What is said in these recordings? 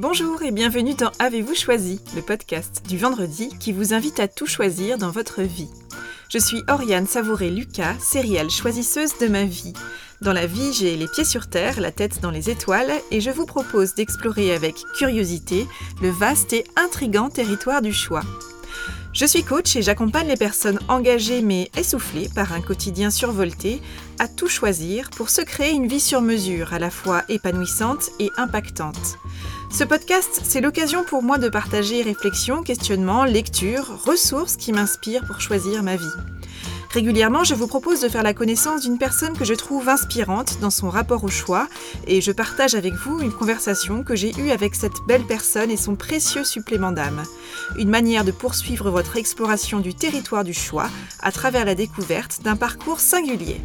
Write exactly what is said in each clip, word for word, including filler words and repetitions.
Bonjour et bienvenue dans Avez-vous choisi, le podcast du vendredi qui vous invite à tout choisir dans votre vie. Je suis Oriane Savouré-Lucas, serial choisisseuse de ma vie. Dans la vie, j'ai les pieds sur terre, la tête dans les étoiles et je vous propose d'explorer avec curiosité le vaste et intrigant territoire du choix. Je suis coach et j'accompagne les personnes engagées mais essoufflées par un quotidien survolté à tout choisir pour se créer une vie sur mesure à la fois épanouissante et impactante. Ce podcast, c'est l'occasion pour moi de partager réflexions, questionnements, lectures, ressources qui m'inspirent pour choisir ma vie. Régulièrement, je vous propose de faire la connaissance d'une personne que je trouve inspirante dans son rapport au choix et je partage avec vous une conversation que j'ai eue avec cette belle personne et son précieux supplément d'âme. Une manière de poursuivre votre exploration du territoire du choix à travers la découverte d'un parcours singulier.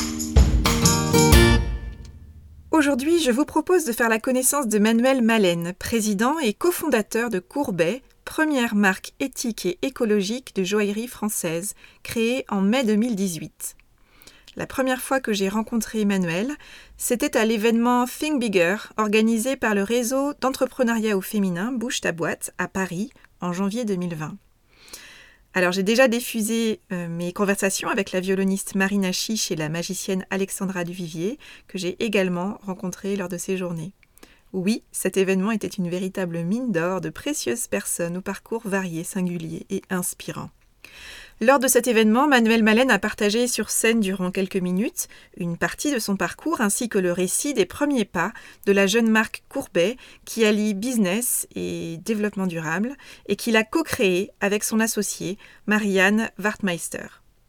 Aujourd'hui, je vous propose de faire la connaissance de Manuel Malen, président et cofondateur de Courbet, première marque éthique et écologique de joaillerie française, créée en mai deux mille dix-huit. La première fois que j'ai rencontré Manuel, c'était à l'événement Think Bigger, organisé par le réseau d'entrepreneuriat au féminin Bouge ta boîte à Paris en janvier deux mille vingt. Alors j'ai déjà diffusé euh, mes conversations avec la violoniste Marina Chiche et la magicienne Alexandra Duvivier, que j'ai également rencontrées lors de ces journées. Oui, cet événement était une véritable mine d'or de précieuses personnes au parcours varié, singulier et inspirant. Lors de cet événement, Manuel Malen a partagé sur scène durant quelques minutes une partie de son parcours ainsi que le récit des premiers pas de la jeune marque Courbet qui allie business et développement durable et qu'il a co-créé avec son associée Marianne Wartmeister.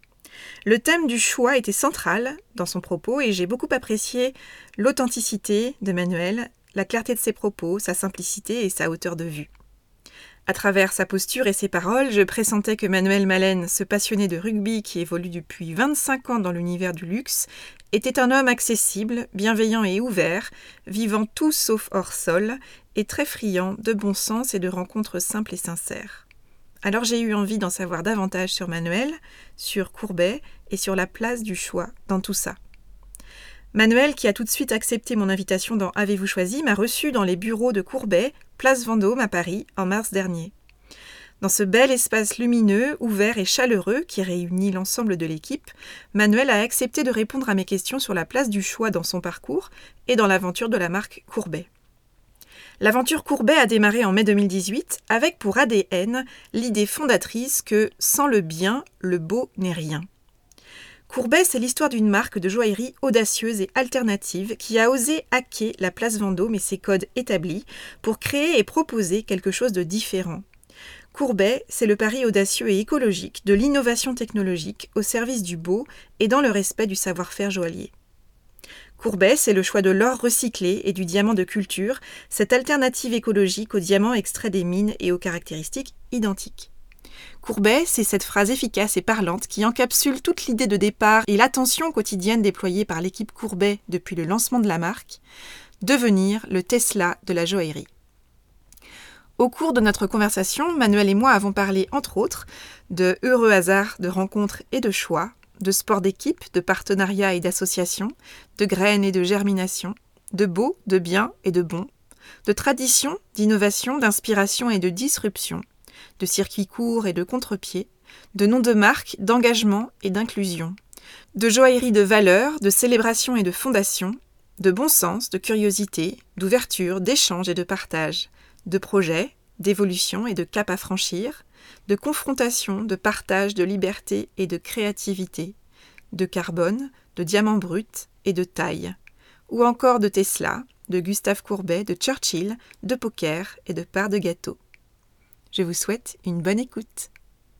Le thème du choix était central dans son propos et j'ai beaucoup apprécié l'authenticité de Manuel, la clarté de ses propos, sa simplicité et sa hauteur de vue. À travers sa posture et ses paroles, je pressentais que Manuel Malen, ce passionné de rugby qui évolue depuis vingt-cinq ans dans l'univers du luxe, était un homme accessible, bienveillant et ouvert, vivant tout sauf hors sol, et très friand de bon sens et de rencontres simples et sincères. Alors j'ai eu envie d'en savoir davantage sur Manuel, sur Courbet et sur la place du choix dans tout ça. Manuel, qui a tout de suite accepté mon invitation dans Avez-vous choisi, m'a reçu dans les bureaux de Courbet, place Vendôme à Paris, en mars dernier. Dans ce bel espace lumineux, ouvert et chaleureux qui réunit l'ensemble de l'équipe, Manuel a accepté de répondre à mes questions sur la place du choix dans son parcours et dans l'aventure de la marque Courbet. L'aventure Courbet a démarré en mai deux mille dix-huit avec pour A D N l'idée fondatrice que « sans le bien, le beau n'est rien ». Courbet, c'est l'histoire d'une marque de joaillerie audacieuse et alternative qui a osé hacker la place Vendôme et ses codes établis pour créer et proposer quelque chose de différent. Courbet, c'est le pari audacieux et écologique de l'innovation technologique au service du beau et dans le respect du savoir-faire joaillier. Courbet, c'est le choix de l'or recyclé et du diamant de culture, cette alternative écologique aux diamants extraits des mines et aux caractéristiques identiques. Courbet, c'est cette phrase efficace et parlante qui encapsule toute l'idée de départ et l'attention quotidienne déployée par l'équipe Courbet depuis le lancement de la marque, devenir le Tesla de la joaillerie. Au cours de notre conversation, Manuel et moi avons parlé, entre autres, de heureux hasards, de rencontres et de choix, de sport d'équipe, de partenariat et d'association, de graines et de germination, de beau, de bien et de bon, de tradition, d'innovation, d'inspiration et de disruption, de circuits courts et de contre-pieds, de noms de marque, d'engagement et d'inclusion, de joaillerie de valeur, de célébration et de fondation, de bon sens, de curiosité, d'ouverture, d'échange et de partage, de projet, d'évolution et de cap à franchir, de confrontation, de partage, de liberté et de créativité, de carbone, de diamant brut et de taille, ou encore de Tesla, de Gustave Courbet, de Churchill, de poker et de part de gâteau. Je vous souhaite une bonne écoute.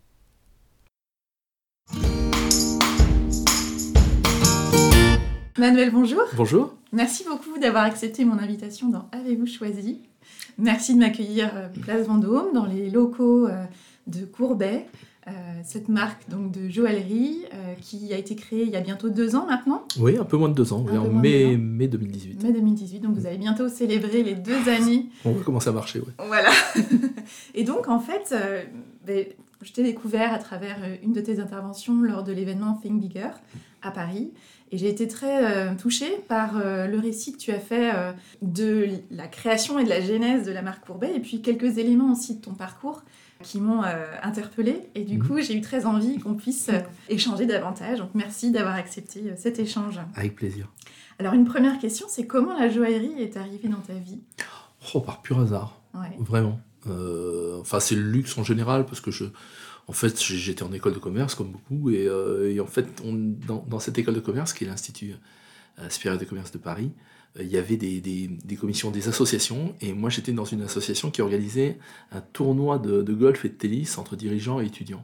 Manuel, bonjour. Bonjour. Merci beaucoup d'avoir accepté mon invitation dans Avez-vous choisi. Merci de m'accueillir place Vendôme, dans les locaux de Courbet, euh, cette marque donc, de joaillerie euh, qui a été créée il y a bientôt deux ans maintenant. Oui, un peu moins de deux ans, oui, en mai, mai deux mille dix-huit. mai deux mille dix-huit, donc vous allez bientôt célébrer les deux années. On va commencer à marcher, oui. Voilà. Et donc, en fait, euh, ben, je t'ai découvert à travers une de tes interventions lors de l'événement Think Bigger, à Paris. Et j'ai été très euh, touchée par euh, le récit que tu as fait euh, de la création et de la genèse de la marque Courbet, et puis quelques éléments aussi de ton parcours qui m'ont euh, interpellée. Et du mmh. coup, j'ai eu très envie qu'on puisse euh, échanger davantage. Donc merci d'avoir accepté euh, cet échange. Avec plaisir. Alors une première question, c'est comment la joaillerie est arrivée dans ta vie ? Oh, par pur hasard, ouais. Vraiment. Euh, enfin, c'est le luxe en général, parce que je... En fait, j'étais en école de commerce, comme beaucoup, et, euh, et en fait, on, dans, dans cette école de commerce, qui est l'Institut euh, supérieur de commerce de Paris, euh, il y avait des, des, des commissions, des associations, et moi, j'étais dans une association qui organisait un tournoi de, de golf et de tennis entre dirigeants et étudiants.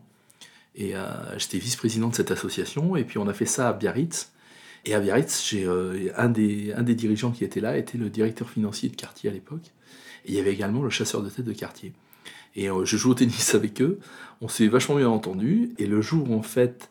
Et euh, j'étais vice-président de cette association, et puis on a fait ça à Biarritz. Et à Biarritz, j'ai, euh, un, des, un des dirigeants qui était là était le directeur financier de Cartier à l'époque, et il y avait également le chasseur de tête de Cartier. Et euh, je joue au tennis avec eux, on s'est vachement bien entendus, et le jour où en fait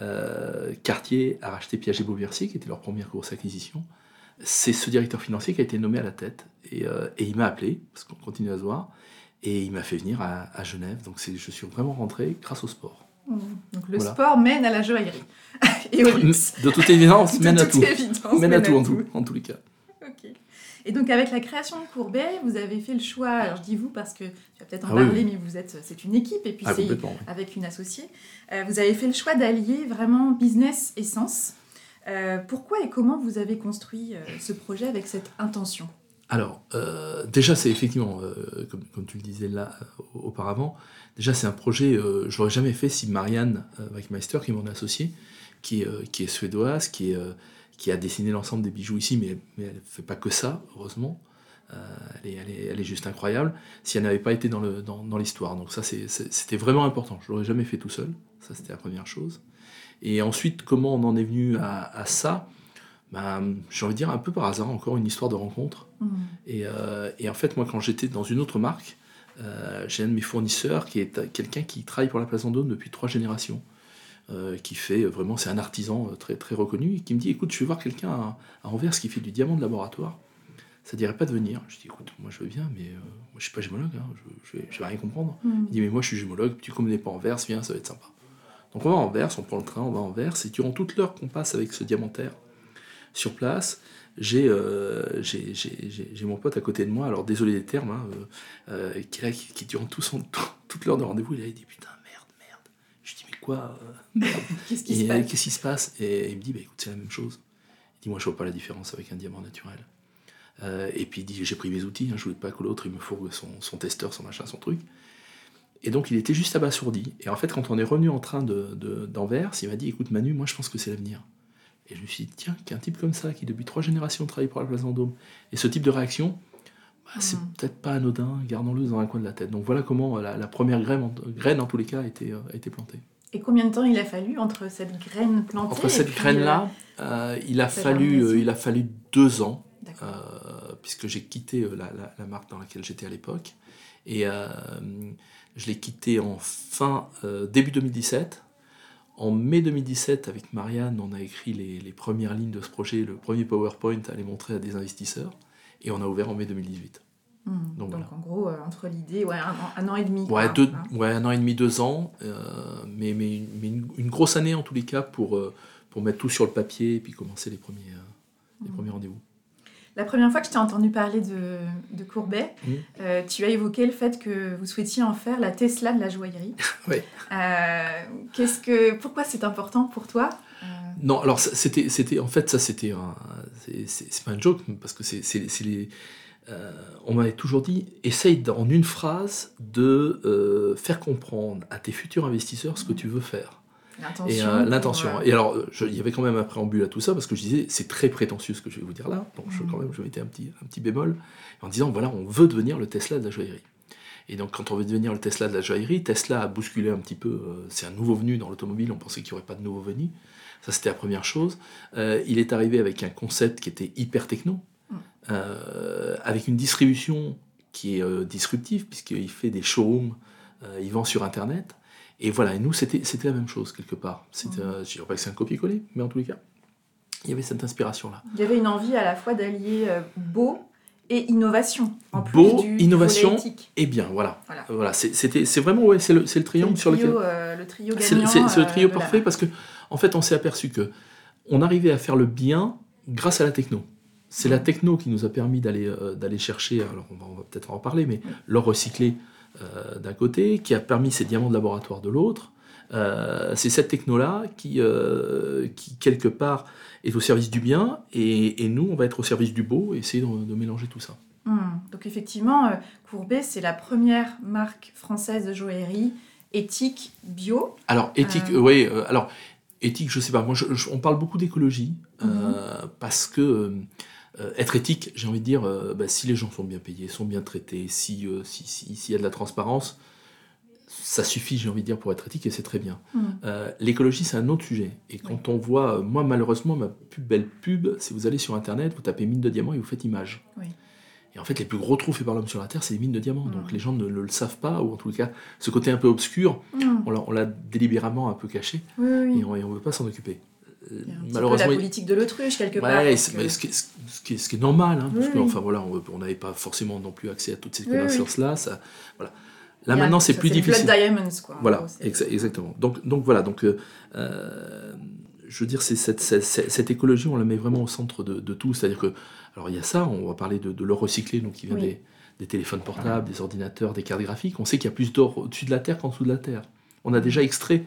euh, Cartier a racheté Piaget-Beaumercier, qui était leur première grosse acquisition, c'est ce directeur financier qui a été nommé à la tête, et, euh, et il m'a appelé, parce qu'on continue à se voir, et il m'a fait venir à, à Genève, donc c'est, je suis vraiment rentré grâce au sport. Mmh. Donc le voilà. sport mène à la joaillerie, et au luxe. De toute évidence, mène à tout, évidence, mène, mène à, à tout, tout en tout, en tous les cas. Ok. Et donc avec la création de Courbet, vous avez fait le choix, alors je dis vous parce que tu vas peut-être en ah parler, oui. mais vous êtes, c'est une équipe et puis ah, c'est oui. avec une associée. Euh, vous avez fait le choix d'allier vraiment business et sens. Euh, pourquoi et comment vous avez construit euh, ce projet avec cette intention ? Alors, euh, déjà c'est effectivement, euh, comme, comme tu le disais là euh, auparavant, déjà c'est un projet, euh, je l'aurais jamais fait si Marianne euh, Wachtmeister, qui est mon associée, qui, euh, qui est suédoise, qui est... Euh, qui a dessiné l'ensemble des bijoux ici, mais, mais elle ne fait pas que ça, heureusement. Euh, elle, est, elle, est, elle est juste incroyable, si elle n'avait pas été dans, le, dans, dans l'histoire. Donc ça, c'est, c'est, c'était vraiment important. Je ne l'aurais jamais fait tout seul. Ça, c'était la première chose. Et ensuite, comment on en est venu à, à ça ? Ben, j'ai envie de dire un peu par hasard, encore une histoire de rencontre. Mmh. Et, euh, et en fait, moi, quand j'étais dans une autre marque, euh, j'ai un de mes fournisseurs qui est quelqu'un qui travaille pour la Place Vendôme depuis trois générations. Euh, qui fait vraiment, c'est un artisan très, très reconnu, et qui me dit, écoute, je vais voir quelqu'un à, à Anvers qui fait du diamant de laboratoire, ça ne dirait pas de venir. Je dis, écoute, moi je veux bien, mais euh, moi je ne suis pas gémologue, hein, je ne vais, vais rien comprendre. Mm. Il dit, mais moi je suis gémologue, tu ne connais pas Anvers, viens, ça va être sympa. Donc on va à Anvers, on prend le train, on va à Anvers, et durant toute l'heure qu'on passe avec ce diamantaire sur place, j'ai, euh, j'ai, j'ai, j'ai, j'ai mon pote à côté de moi, alors désolé des termes, hein, euh, euh, qui, là, qui, qui durant tout son, tout, toute l'heure de rendez-vous, il a dit, putain, je dis, mais quoi euh, Qu'est-ce qui, et, se passe qu'est-ce qui se passe Et il me dit, bah, écoute, c'est la même chose. Il dit, moi, je vois pas la différence avec un diamant naturel. Euh, et puis, il dit, j'ai pris mes outils, hein, je voulais pas que l'autre, il me fourgue son, son testeur, son machin, son truc. Et donc, il était juste abasourdi. Et en fait, quand on est revenu en train de, de, d'Anvers, il m'a dit, écoute, Manu, moi, je pense que c'est l'avenir. Et je me suis dit, tiens, qu'un type comme ça, qui depuis trois générations travaille pour la Place Vendôme, et ce type de réaction, bah, c'est mmh. peut-être pas anodin, gardons-le dans un coin de la tête. Donc, voilà comment la, la première graine, en, graine, en tous les cas, a été, a été plantée. Et combien de temps il a fallu entre cette graine plantée Entre cette graine-là, euh, euh, il, a fallu, euh, il a fallu deux ans, euh, puisque j'ai quitté euh, la, la, la marque dans laquelle j'étais à l'époque. Et euh, je l'ai quitté en fin, euh, début deux mille dix-sept. En mai deux mille dix-sept, avec Marianne, on a écrit les, les premières lignes de ce projet, le premier PowerPoint à les montrer à des investisseurs. Et on a ouvert en mai deux mille dix-huit. Mmh, donc, donc voilà. En gros, euh, entre l'idée, ouais, un, un an et demi. Ouais, quoi, deux, hein. ouais, un an et demi, deux ans, euh, mais, mais, mais une, une grosse année en tous les cas pour, euh, pour mettre tout sur le papier et puis commencer les premiers, euh, les mmh. premiers rendez-vous. La première fois que je t'ai entendu parler de, de Courbet, mmh. euh, tu as évoqué le fait que vous souhaitiez en faire la Tesla de la joaillerie. Oui. Euh, qu'est-ce que, pourquoi c'est important pour toi ? euh... Non, alors c'était, c'était, en fait, ça c'était un, c'est, c'est, c'est pas un joke, parce que c'est, c'est, c'est les... Euh, on m'avait toujours dit, essaye en une phrase de euh, faire comprendre à tes futurs investisseurs ce que tu veux faire. L'intention. Et, euh, l'intention. Pour... Et alors, il y avait quand même un préambule à tout ça, parce que je disais, c'est très prétentieux ce que je vais vous dire là, donc je, quand même, je mettais un petit, un petit bémol, en disant, voilà, on veut devenir le Tesla de la joaillerie. Et donc, quand on veut devenir le Tesla de la joaillerie, Tesla a bousculé un petit peu, euh, c'est un nouveau venu dans l'automobile, on pensait qu'il n'y aurait pas de nouveau venu, ça c'était la première chose. Euh, il est arrivé avec un concept qui était hyper techno, Euh, avec une distribution qui est euh, disruptive, puisqu'il fait des showrooms, euh, il vend sur Internet, et voilà, et nous, c'était, c'était la même chose, quelque part. C'était, euh, je ne dirais pas que c'est un copier-coller, mais en tous les cas, il y avait cette inspiration-là. Il y avait une envie à la fois d'allier euh, beau et innovation, en plus beau, du, innovation, du et bien, voilà. voilà. voilà c'est, c'était, c'est vraiment, ouais, c'est le, c'est le triangle c'est le trio, sur lequel... Euh, le trio gagnant. C'est, c'est, c'est le trio euh, parfait, parce que, en fait, on s'est aperçu que on arrivait à faire le bien grâce à la techno. C'est la techno qui nous a permis d'aller, euh, d'aller chercher, alors on va, on va peut-être en parler, mais l'or recyclé euh, d'un côté, qui a permis ces diamants de laboratoire de l'autre. Euh, c'est cette techno-là qui, euh, qui, quelque part, est au service du bien, et, et nous, on va être au service du beau, et essayer de, de mélanger tout ça. Hum, donc effectivement, euh, Courbet, c'est la première marque française de joaillerie éthique, bio. Alors, éthique, euh... oui, euh, alors, éthique, je sais pas, moi, je, je, on parle beaucoup d'écologie, euh, mm-hmm. parce que euh, être éthique, j'ai envie de dire, euh, bah, si les gens sont bien payés, sont bien traités, si, euh, si, si, s'il y a de la transparence, ça suffit, j'ai envie de dire, pour être éthique, et c'est très bien. Mm. Euh, l'écologie, c'est un autre sujet. Et quand oui. on voit, moi, malheureusement, ma plus belle pub, si vous allez sur Internet, vous tapez mine de diamants et vous faites image. Oui. Et en fait, les plus gros trous faits par l'homme sur la Terre, c'est les mines de diamants. Mmh. Donc les gens ne, ne le savent pas, ou en tout cas, ce côté un peu obscur, mmh. on, l'a, on l'a délibérément un peu caché, oui, oui. et on ne veut pas s'en occuper. Euh, malheureusement, peu la politique de l'autruche, quelque part. Ouais, c'est, que... ce, qui est, ce, qui est, ce qui est normal, hein, oui, parce que, enfin, voilà, on n'avait pas forcément non plus accès à toutes ces connaissances-là. Oui, oui. Ça, voilà. Là, yeah, maintenant, c'est plus difficile. C'est le Blood Diamonds, quoi. Voilà, exa- exactement. Donc, donc voilà, donc... Euh, je veux dire, c'est cette, cette, cette écologie, on la met vraiment au centre de, de tout. C'est-à-dire que, alors il y a ça, on va parler de, de l'or recyclé, donc qui vient oui. des, des téléphones portables, des ordinateurs, des cartes graphiques. On sait qu'il y a plus d'or au-dessus de la Terre qu'en dessous de la Terre. On a déjà extrait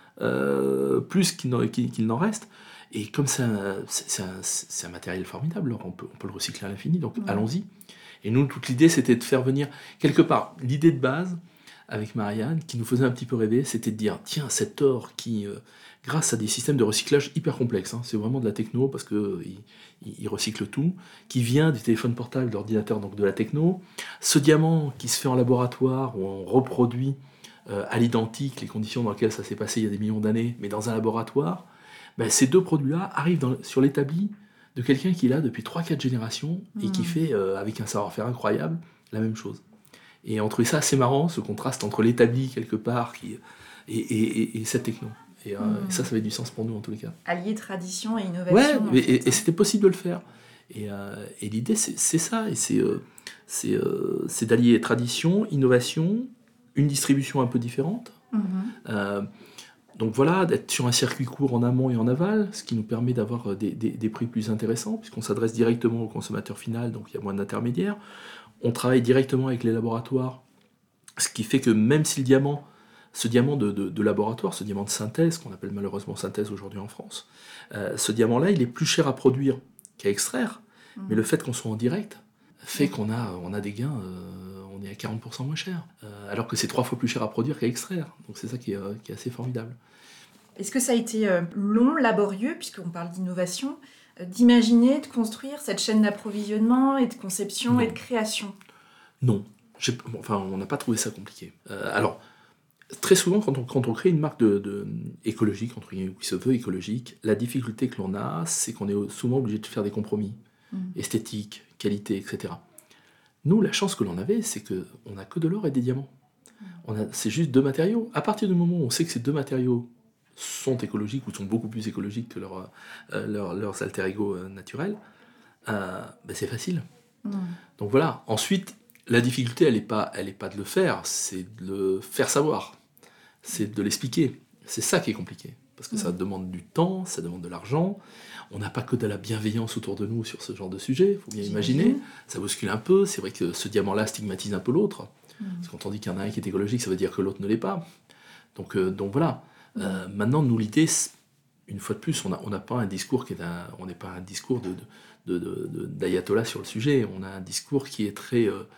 euh, plus qu'il n'en, qu'il, qu'il n'en reste. Et comme c'est un, c'est, c'est un, c'est un matériel formidable, alors on peut, on peut le recycler à l'infini, donc oui. allons-y. Et nous, toute l'idée, c'était de faire venir, quelque part, l'idée de base, avec Marianne, qui nous faisait un petit peu rêver, c'était de dire, tiens, cet or qui... Euh, grâce à des systèmes de recyclage hyper complexes, hein, c'est vraiment de la techno, parce qu'ils il, il recyclent tout, qui vient des téléphones portables, d'ordinateurs, donc de la techno. Ce diamant qui se fait en laboratoire, où on reproduit euh, à l'identique les conditions dans lesquelles ça s'est passé il y a des millions d'années, mais dans un laboratoire, ben, ces deux produits-là arrivent dans, sur l'établi de quelqu'un qui est là depuis trois quatre générations, et mmh. qui fait, euh, avec un savoir-faire incroyable, la même chose. Et on trouvait ça assez marrant, ce contraste entre l'établi, quelque part, qui, et, et, et, et cette techno. Et, euh, mmh. et ça, ça avait du sens pour nous, en tous les cas. Allier tradition et innovation. Ouais, et, et, et c'était possible de le faire. Et, euh, et l'idée, c'est, c'est ça. Et c'est, euh, c'est, euh, c'est d'allier tradition, innovation, une distribution un peu différente. Mmh. Euh, donc voilà, d'être sur un circuit court en amont et en aval, ce qui nous permet d'avoir des, des, des prix plus intéressants, puisqu'on s'adresse directement au consommateur final, donc il y a moins d'intermédiaires. On travaille directement avec les laboratoires, ce qui fait que même si le diamant... Ce diamant de, de, de laboratoire, ce diamant de synthèse, qu'on appelle malheureusement synthèse aujourd'hui en France, euh, ce diamant-là, il est plus cher à produire qu'à extraire, mmh. mais le fait qu'on soit en direct fait qu'on a, on a des gains, euh, on est à quarante pour cent moins cher, euh, alors que c'est trois fois plus cher à produire qu'à extraire. Donc c'est ça qui est, euh, qui est assez formidable. Est-ce que ça a été euh, long, laborieux, puisqu'on parle d'innovation, euh, d'imaginer, de construire cette chaîne d'approvisionnement et de conception non. et de création ? Non. J'ai, bon, enfin, on n'a pas trouvé ça compliqué. Euh, alors, très souvent, quand on, quand on crée une marque de, de, écologique, entre guillemets, qui se veut écologique, la difficulté que l'on a, c'est qu'on est souvent obligé de faire des compromis, mmh. esthétiques, qualité, et cetera. Nous, la chance que l'on avait, c'est qu'on n'a que de l'or et des diamants. Mmh. On a, c'est juste deux matériaux. À partir du moment où on sait que ces deux matériaux sont écologiques, ou sont beaucoup plus écologiques que leur, euh, leur, leurs alter ego euh, naturels, euh, ben c'est facile. Mmh. Donc voilà. Ensuite, la difficulté, elle n'est pas, elle est pas de le faire, c'est de le faire savoir, c'est de l'expliquer. C'est ça qui est compliqué, parce que mmh. ça demande du temps, ça demande de l'argent. On n'a pas que de la bienveillance autour de nous sur ce genre de sujet, il faut bien J'imagine. imaginer. Ça bouscule un peu, c'est vrai que ce diamant-là stigmatise un peu l'autre. Mmh. Parce que quand on dit qu'il y en a un qui est écologique, ça veut dire que l'autre ne l'est pas. Donc, euh, donc voilà. Mmh. Euh, maintenant, nous, l'idée, une fois de plus, on n'a on a pas un discours qui est un, on n'est pas un discours de, de, de, de, d'ayatollah sur le sujet. On a un discours qui est très... Euh,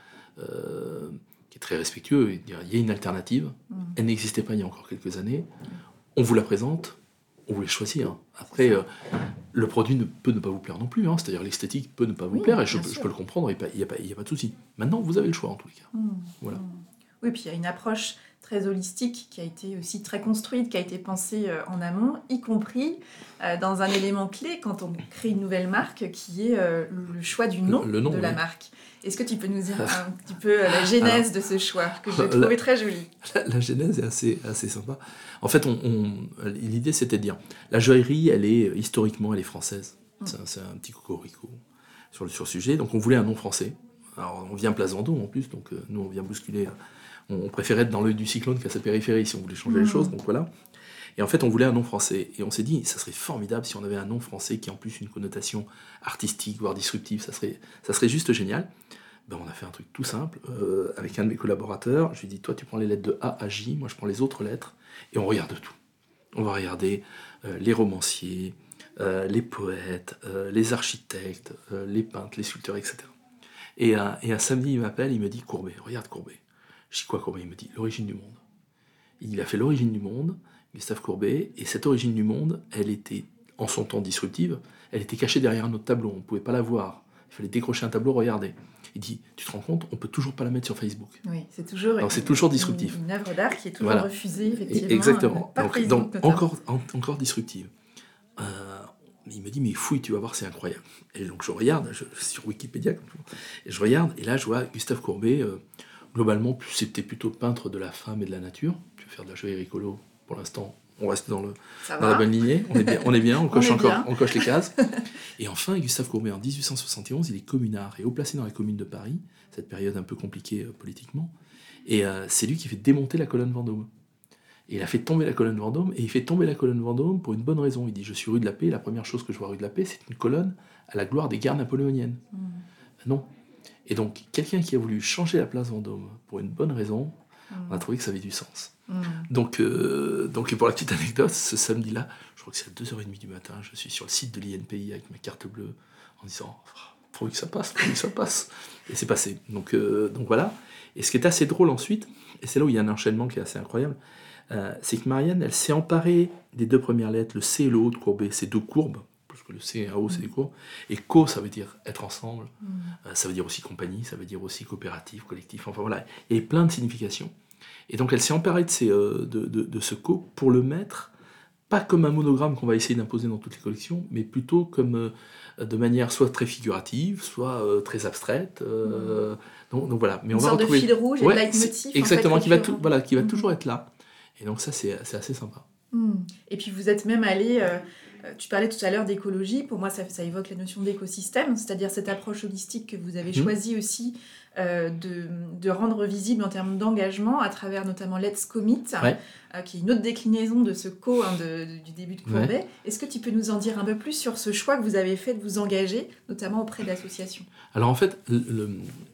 Euh, qui est très respectueux, et dire, il y a une alternative, mmh. elle n'existait pas il y a encore quelques années, on vous la présente, on vous les choisit. Hein. Après, euh, le produit ne peut ne pas vous plaire non plus, hein. C'est-à-dire l'esthétique peut ne pas vous oui, plaire, et je, je peux le comprendre, il n'y a, a, a pas de souci. Maintenant, vous avez le choix en tous les cas. Mmh. Voilà. Mmh. Oui, puis il y a une approche très holistique qui a été aussi très construite, qui a été pensée euh, en amont, y compris euh, dans un élément clé quand on crée une nouvelle marque, qui est euh, le choix du nom, le, le nom de oui. la marque. Est-ce que tu peux nous dire un petit peu la genèse Alors, de ce choix, que j'ai trouvé très joli ? La, la genèse est assez, assez sympa. En fait, on, on, l'idée, c'était de dire, la joaillerie, elle est, historiquement, elle est française. Mmh. C'est, un, c'est un petit cocorico sur le, sur le sujet. Donc, on voulait un nom français. Alors, on vient Place Vendôme, en plus, donc euh, nous, on vient bousculer. On, on préférait être dans l'œil du cyclone qu'à sa périphérie, si on voulait changer mmh. les choses, donc voilà. Et en fait, on voulait un nom français. Et on s'est dit, ça serait formidable si on avait un nom français qui a en plus une connotation artistique, voire disruptive. Ça serait, ça serait juste génial. Ben, on a fait un truc tout simple euh, avec un de mes collaborateurs. Je lui ai dit, toi, tu prends les lettres de A à J, moi, je prends les autres lettres, et on regarde tout. On va regarder euh, les romanciers, euh, les poètes, euh, les architectes, euh, les peintres, les sculpteurs, et cetera. Et un, et un samedi, il m'appelle, il me dit, Courbet, regarde Courbet. Je dis, quoi Courbet? Il me dit, l'origine du monde. Il a fait l'origine du monde, Gustave Courbet, et cette origine du monde, elle était, en son temps disruptive, elle était cachée derrière un autre tableau, on ne pouvait pas la voir. Il fallait décrocher un tableau, regarder. Il dit, tu te rends compte, on peut toujours pas la mettre sur Facebook. Oui, c'est toujours, Alors, c'est toujours disruptif. Une, une œuvre d'art qui est toujours voilà. refusée, effectivement. Exactement. Pas donc, Facebook, donc encore, en, encore disruptive. Euh, il me dit, mais fouille, tu vas voir, c'est incroyable. Et donc je regarde, je, sur Wikipédia, et je regarde, et là je vois Gustave Courbet, euh, globalement, c'était plutôt peintre de la femme et de la nature. Je vais faire de la joaillerie écolo pour l'instant. On reste dans, le, dans la bonne lignée. On est bien, on, est bien, on, coche, on, encore, on coche les cases. Et enfin, Gustave Courbet, en dix-huit cent soixante et onze, il est communard et haut placé dans la commune de Paris, cette période un peu compliquée euh, politiquement. Et euh, c'est lui qui fait démonter la colonne Vendôme. Et il a fait tomber la colonne Vendôme, et il fait tomber la colonne Vendôme pour une bonne raison. Il dit, je suis rue de la Paix, et la première chose que je vois rue de la Paix, c'est une colonne à la gloire des guerres napoléoniennes. Mmh. Non. Et donc, quelqu'un qui a voulu changer la place Vendôme pour une bonne raison, mmh. on a trouvé que ça avait du sens. Mmh. Donc, euh, donc, pour la petite anecdote, ce samedi-là, je crois que c'est à deux heures trente du matin, je suis sur le site de l'I N P I avec ma carte bleue, en disant, pourvu que ça passe, pourvu que ça passe. Et c'est passé. Donc, euh, donc voilà. Et ce qui est assez drôle ensuite, et c'est là où il y a un enchaînement qui est assez incroyable, euh, c'est que Marianne, elle s'est emparée des deux premières lettres, le C et le O de Courbet, c'est deux courbes, parce que le C et un O, c'est des courbes, et co, ça veut dire être ensemble, mmh. euh, ça veut dire aussi compagnie, ça veut dire aussi coopérative, collectif, enfin voilà, il y a plein de significations. Et donc elle s'est emparée de, ces, euh, de, de, de ce co pour le mettre, pas comme un monogramme qu'on va essayer d'imposer dans toutes les collections, mais plutôt comme euh, de manière soit très figurative, soit euh, très abstraite. Euh, mmh. donc, donc voilà. Mais Une on va sorte retrouver... de fil rouge ouais, et de leitmotiv. Exactement, en fait, qui va, tout, voilà, qui va mmh. toujours être là. Et donc ça, c'est, c'est assez sympa. Mmh. Et puis vous êtes même allé, euh, tu parlais tout à l'heure d'écologie, pour moi ça, ça évoque la notion d'écosystème, c'est-à-dire cette approche holistique que vous avez mmh. choisi aussi euh, de, de rendre visible en termes d'engagement à travers notamment Let's Commit, ouais. euh, qui est une autre déclinaison de ce co hein, de, de, du début de Courbet. Ouais. Est-ce que tu peux nous en dire un peu plus sur ce choix que vous avez fait de vous engager, notamment auprès d'associations ? Alors en fait, le, le,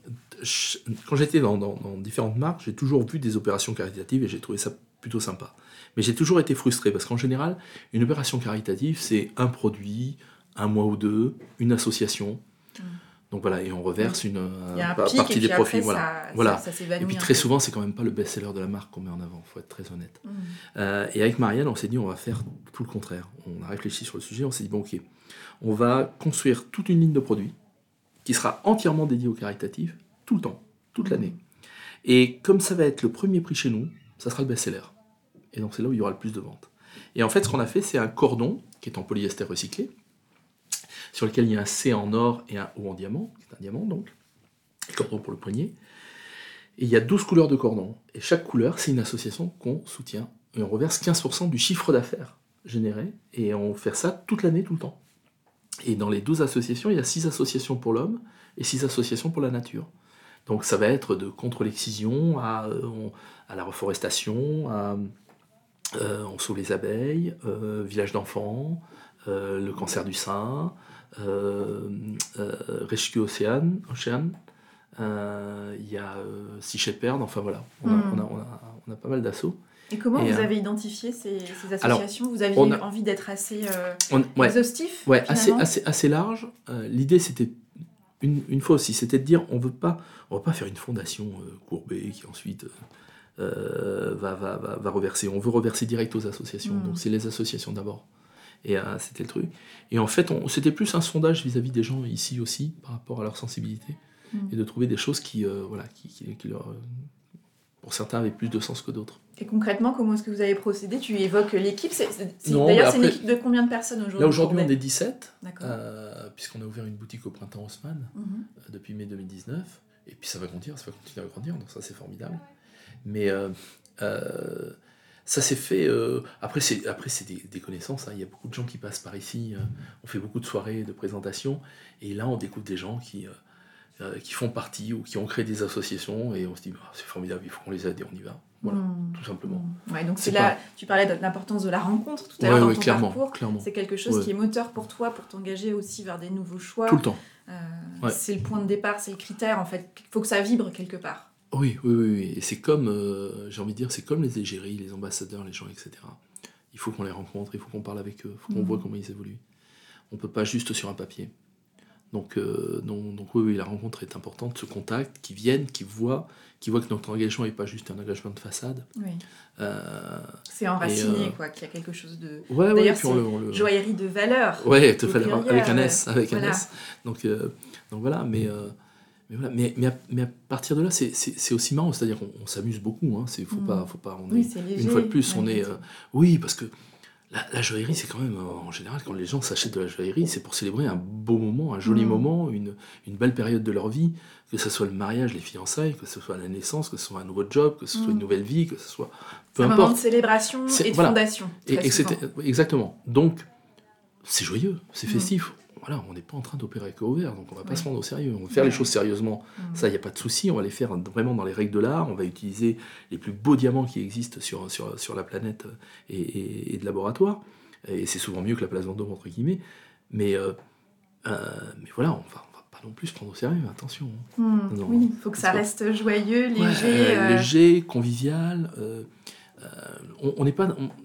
quand j'étais dans, dans, dans différentes marques, j'ai toujours vu des opérations caritatives et j'ai trouvé ça plutôt sympa. Mais j'ai toujours été frustré parce qu'en général, une opération caritative, c'est un produit, un mois ou deux, une association. Mmh. Donc voilà, et on reverse une euh, partie des profits. Voilà. Ça, voilà. Ça, ça et puis très souvent, c'est quand même pas le best-seller de la marque qu'on met en avant, il faut être très honnête. Mmh. Euh, et avec Marianne, on s'est dit, on va faire tout le contraire. On a réfléchi sur le sujet, on s'est dit, bon ok, on va construire toute une ligne de produits qui sera entièrement dédiée au caritatif, tout le temps, toute mmh. l'année. Et comme ça va être le premier prix chez nous, ça sera le best-seller. Et donc c'est là où il y aura le plus de ventes. Et en fait, ce qu'on a fait, c'est un cordon qui est en polyester recyclé, sur lequel il y a un C en or et un O en diamant, qui est un diamant donc, le cordon pour le poignet. Et il y a douze couleurs de cordon. Et chaque couleur, c'est une association qu'on soutient. Et on reverse quinze pour cent du chiffre d'affaires généré. Et on fait ça toute l'année, tout le temps. Et dans les douze associations, il y a six associations pour l'homme et six associations pour la nature. Donc ça va être de contre l'excision à, euh, à la reforestation, à euh, on sauve les abeilles, euh, village d'enfants, euh, le cancer du sein, euh, euh, Rescue Océane, Ocean, il euh, y a euh, Sea Shepherd, enfin voilà, on a, mm. on a, on a, on a pas mal d'assauts. Et comment et vous euh, avez identifié ces, ces associations ? Alors, vous aviez a, envie d'être assez euh, on, ouais, exhaustif Ouais, assez, assez, assez large. Euh, l'idée, c'était, une, une fois aussi, c'était de dire, on veut pas, on va pas faire une fondation euh, Courbet qui ensuite euh, va, va, va, va reverser. On veut reverser direct aux associations. Mm. Donc c'est les associations d'abord. Et euh, c'était le truc. Et en fait, on, c'était plus un sondage vis-à-vis des gens ici aussi, par rapport à leur sensibilité, mm. et de trouver des choses qui, euh, voilà, qui, qui, qui leur, pour certains, avaient plus de sens que d'autres. Et concrètement, comment est-ce que vous avez procédé ? Tu évoques l'équipe. C'est, c'est, non, d'ailleurs, après, c'est une équipe de combien de personnes aujourd'hui ? Là, aujourd'hui, on est dix-sept, euh, puisqu'on a ouvert une boutique au printemps Haussmann mm-hmm. euh, depuis mai deux mille dix-neuf. Et puis ça va grandir, ça va continuer à grandir, donc ça, c'est formidable. Mais euh, euh, ça s'est fait... Euh, après, c'est, après, c'est des, des connaissances. Hein. Il y a beaucoup de gens qui passent par ici. Euh, on fait beaucoup de soirées, de présentations. Et là, on découvre des gens qui... Euh, euh, qui font partie ou qui ont créé des associations et on se dit bah, c'est formidable, il faut qu'on les aide et on y va. Voilà, mmh. tout simplement. Mmh. Ouais, donc c'est, c'est là, pas... tu parlais de l'importance de la rencontre tout à l'heure ouais, dans ouais, ton clairement, parcours. Clairement. C'est quelque chose ouais. qui est moteur pour toi, pour t'engager aussi vers des nouveaux choix. Tout le temps. Euh, ouais. C'est le point de départ, c'est le critère en fait. Il faut que ça vibre quelque part. Oui, oui, oui. oui. Et c'est comme, euh, j'ai envie de dire, c'est comme les égéries, les ambassadeurs, les gens, et cetera. Il faut qu'on les rencontre, il faut qu'on parle avec eux, il faut qu'on mmh. voit comment ils évoluent. On ne peut pas juste sur un papier. Donc, euh, donc, donc oui, oui, la rencontre est importante, ce contact, qui viennent, qui voient, qui voient que notre engagement n'est pas juste un engagement de façade. Oui. Euh, c'est enraciné, euh, quoi, qu'il y a quelque chose de... Ouais, D'ailleurs, ouais, c'est le... joaillerie de valeur. Ouais, de valeur, avec un S, avec voilà. un S. Donc, euh, donc voilà, mais, euh, mais, voilà. Mais, mais, à, mais à partir de là, c'est, c'est, c'est aussi marrant, c'est-à-dire qu'on on s'amuse beaucoup, hein, c'est, faut mmh. pas, faut pas, on oui, est, c'est léger, une fois de plus, on est... Euh, oui, parce que La, la joaillerie, c'est quand même, en général, quand les gens s'achètent de la joaillerie, c'est pour célébrer un beau moment, un joli mmh. moment, une, une belle période de leur vie, que ce soit le mariage, les fiançailles, que ce soit la naissance, que ce soit un nouveau job, que ce soit mmh. une nouvelle vie, que ce soit... Peu c'est importe. Un moment de célébration c'est, et de voilà. fondation. Et, et exactement. Donc, c'est joyeux, c'est festif. Mmh. Voilà, on n'est pas en train d'opérer avec ouvert, donc on ne va pas ouais. se prendre au sérieux. On va faire ouais. les choses sérieusement. Mmh. Ça, il n'y a pas de souci. On va les faire vraiment dans les règles de l'art. On va utiliser les plus beaux diamants qui existent sur, sur, sur la planète et, et, et de laboratoire. Et c'est souvent mieux que la place Vendôme, entre guillemets. Mais, euh, euh, mais voilà, on va, on va pas non plus se prendre au sérieux, attention. Mmh. Non, oui, il faut que ça pas... reste joyeux, léger. Ouais, euh, léger, convivial. Euh, euh, on n'est pas... On,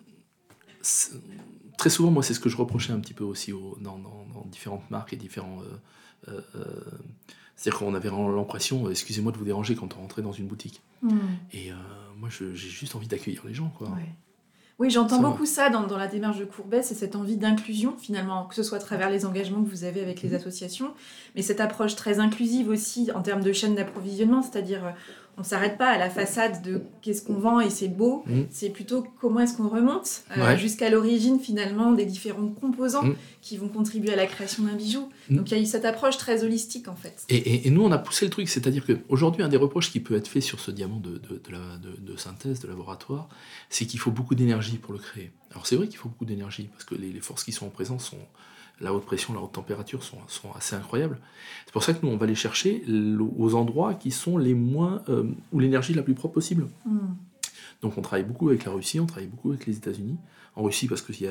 très souvent, moi, c'est ce que je reprochais un petit peu aussi au, dans, dans, dans différentes marques et différents... Euh, euh, c'est-à-dire qu'on avait l'impression, excusez-moi de vous déranger, quand on rentrait dans une boutique. Mmh. Et euh, moi, je, j'ai juste envie d'accueillir les gens, quoi. Ouais. Oui, j'entends ça beaucoup va. ça dans, dans la démarche de Courbet, c'est cette envie d'inclusion, finalement, que ce soit à travers les engagements que vous avez avec les associations, mais cette approche très inclusive aussi en termes de chaîne d'approvisionnement, c'est-à-dire on ne s'arrête pas à la façade de qu'est-ce qu'on vend et c'est beau, mmh. c'est plutôt comment est-ce qu'on remonte euh, ouais. jusqu'à l'origine, finalement, des différents composants mmh. qui vont contribuer à la création d'un bijou. Mmh. Donc il y a eu cette approche très holistique, en fait. Et, et, et nous, on a poussé le truc, c'est-à-dire qu'aujourd'hui, un des reproches qui peut être fait sur ce diamant de, de, de, la, de, de synthèse, de laboratoire, c'est qu'il faut beaucoup d'énergie pour le créer. Alors c'est vrai qu'il faut beaucoup d'énergie, parce que les, les forces qui sont en présence sont... La haute pression, la haute température sont, sont assez incroyables. C'est pour ça que nous, on va les chercher aux endroits qui sont les moins... Euh, où l'énergie est la plus propre possible. Mm. Donc on travaille beaucoup avec la Russie, on travaille beaucoup avec les États-Unis. En Russie, parce qu'ils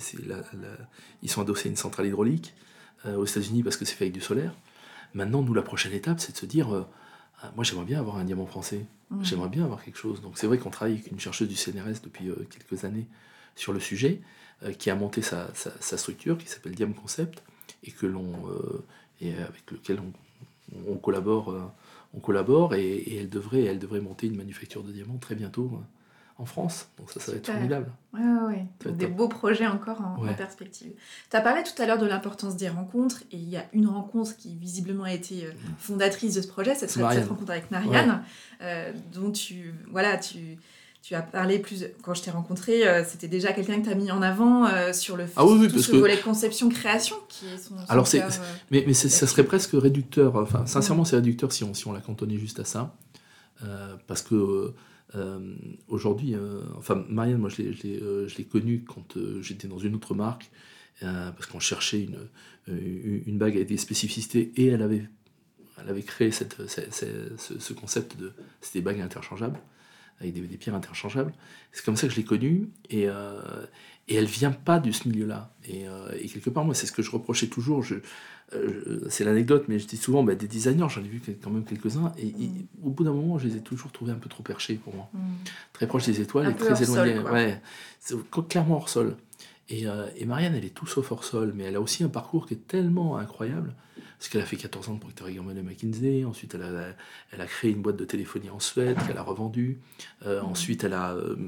sont adossés à une centrale hydraulique. Euh, aux États-Unis, parce que c'est fait avec du solaire. Maintenant, nous, la prochaine étape, c'est de se dire... Euh, moi, j'aimerais bien avoir un diamant français. Mm. J'aimerais bien avoir quelque chose. Donc c'est vrai qu'on travaille avec une chercheuse du C N R S depuis euh, quelques années sur le sujet, euh, qui a monté sa, sa, sa structure, qui s'appelle Diam Concept, et, que l'on, euh, et avec lequel on, on collabore, euh, on collabore et, et elle, devrait, elle devrait monter une manufacture de diamants très bientôt euh, en France. Donc ça, ça va être formidable. Oui, oui, oui. Des top. beaux projets encore en, ouais. en perspective. Tu as parlé tout à l'heure de l'importance des rencontres, et il y a une rencontre qui visiblement a été euh, fondatrice de ce projet, cette, cette rencontre avec Marianne, ouais. euh, dont tu... Voilà, tu... Tu as parlé plus... Quand je t'ai rencontré, euh, c'était déjà quelqu'un que tu as mis en avant euh, sur le ah oui, oui, tout parce ce que... volet conception-création qui est son, son Alors, c'est, cœur, c'est, euh, mais, mais c'est, ça serait presque réducteur. Enfin, sincèrement, mmh. c'est réducteur si on, si on la cantonnait juste à ça. Euh, parce que euh, aujourd'hui... Euh, enfin, Marianne, moi, je l'ai, je l'ai, euh, je l'ai connue quand euh, j'étais dans une autre marque, euh, parce qu'on cherchait une, une, une bague avec des spécificités, et elle avait, elle avait créé cette, cette, cette, ce, ce concept de... C'était des bagues interchangeables, avec des, des pierres interchangeables. C'est comme ça que je l'ai connue, et, euh, et elle vient pas de ce milieu-là. Et, euh, et quelque part, moi, c'est ce que je reprochais toujours. Je, euh, c'est l'anecdote, mais je dis souvent, bah, des designers, j'en ai vu quand même quelques-uns, et, et mm. au bout d'un moment, je les ai toujours trouvés un peu trop perchés pour moi. Mm. Très proches des étoiles, un et très éloignés. Ouais, c'est clairement hors sol. Et, euh, et Marianne, elle est tout sauf hors sol, mais elle a aussi un parcours qui est tellement incroyable, parce qu'elle a fait quatorze ans de Procter and Gamble et McKinsey, ensuite elle a, elle a créé une boîte de téléphonie en Suède qu'elle a revendue, euh, mmh. ensuite elle a, euh,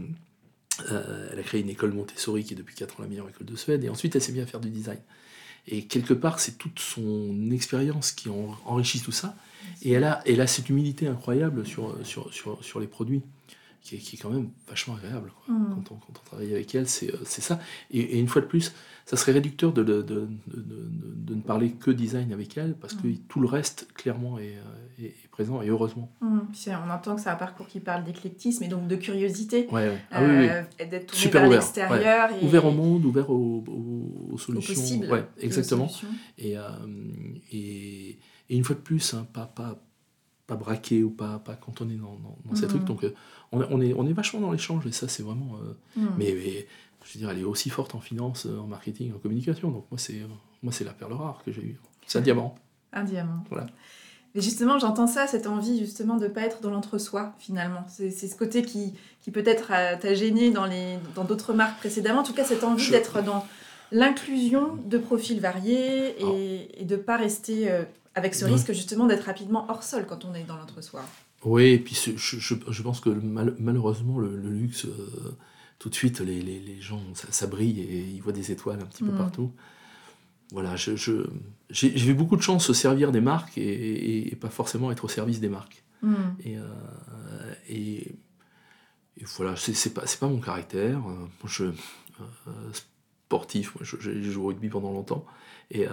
euh, elle a créé une école Montessori qui est depuis quatre ans la meilleure école de Suède, et ensuite elle s'est mise à faire du design. Et quelque part, c'est toute son expérience qui en, enrichit tout ça, et elle a, elle a cette humilité incroyable sur, sur, sur, sur les produits, qui est, qui est quand même vachement agréable, quoi. Mmh. Quand, on, quand on travaille avec elle, c'est, c'est ça. Et, et une fois de plus, ça serait réducteur de, de, de, de, de, de ne parler que design avec elle, parce mmh. que tout le reste, clairement, est, est, est présent, et heureusement. Mmh. Puis on entend que c'est un parcours qui parle d'éclectisme, et donc de curiosité, ouais, ouais. Ah, euh, oui, oui. et d'être tourné super vers ouvert, l'extérieur. Ouais. Et... Ouvert au monde, ouvert aux, aux, aux solutions. Au possible. Ouais, exactement. Aux et, euh, et, et une fois de plus, hein, pas, pas, pas braqué ou pas, pas cantonné dans, dans, dans ces Mmh. trucs. Donc, euh, on, on, est, on est vachement dans l'échange, et ça, c'est vraiment... Euh, Mmh. mais, mais, je veux dire, elle est aussi forte en finance, en marketing, en communication. Donc, moi, c'est, moi, c'est la perle rare que j'ai eue. C'est un diamant. Un diamant. Voilà. Mais justement, j'entends ça, cette envie justement de ne pas être dans l'entre-soi, finalement. C'est, c'est ce côté qui, qui peut-être a, t'a gêné dans, les, dans d'autres marques précédemment. En tout cas, cette envie je... d'être dans l'inclusion de profils variés et, oh. et de ne pas rester euh, avec ce ouais. risque justement d'être rapidement hors sol quand on est dans l'entre-soi. Oui, et puis je, je, je pense que mal, malheureusement, le, le luxe, euh, tout de suite, les, les, les gens, ça, ça brille et ils voient des étoiles un petit mmh. peu partout. Voilà, je, je, j'ai, j'ai eu beaucoup de chance de servir des marques et, et, et pas forcément être au service des marques. Mmh. Et, euh, et, et voilà, c'est, c'est, pas, c'est pas mon caractère. Moi, je, euh, sportif, moi, je, j'ai joué au rugby pendant longtemps. Et, euh,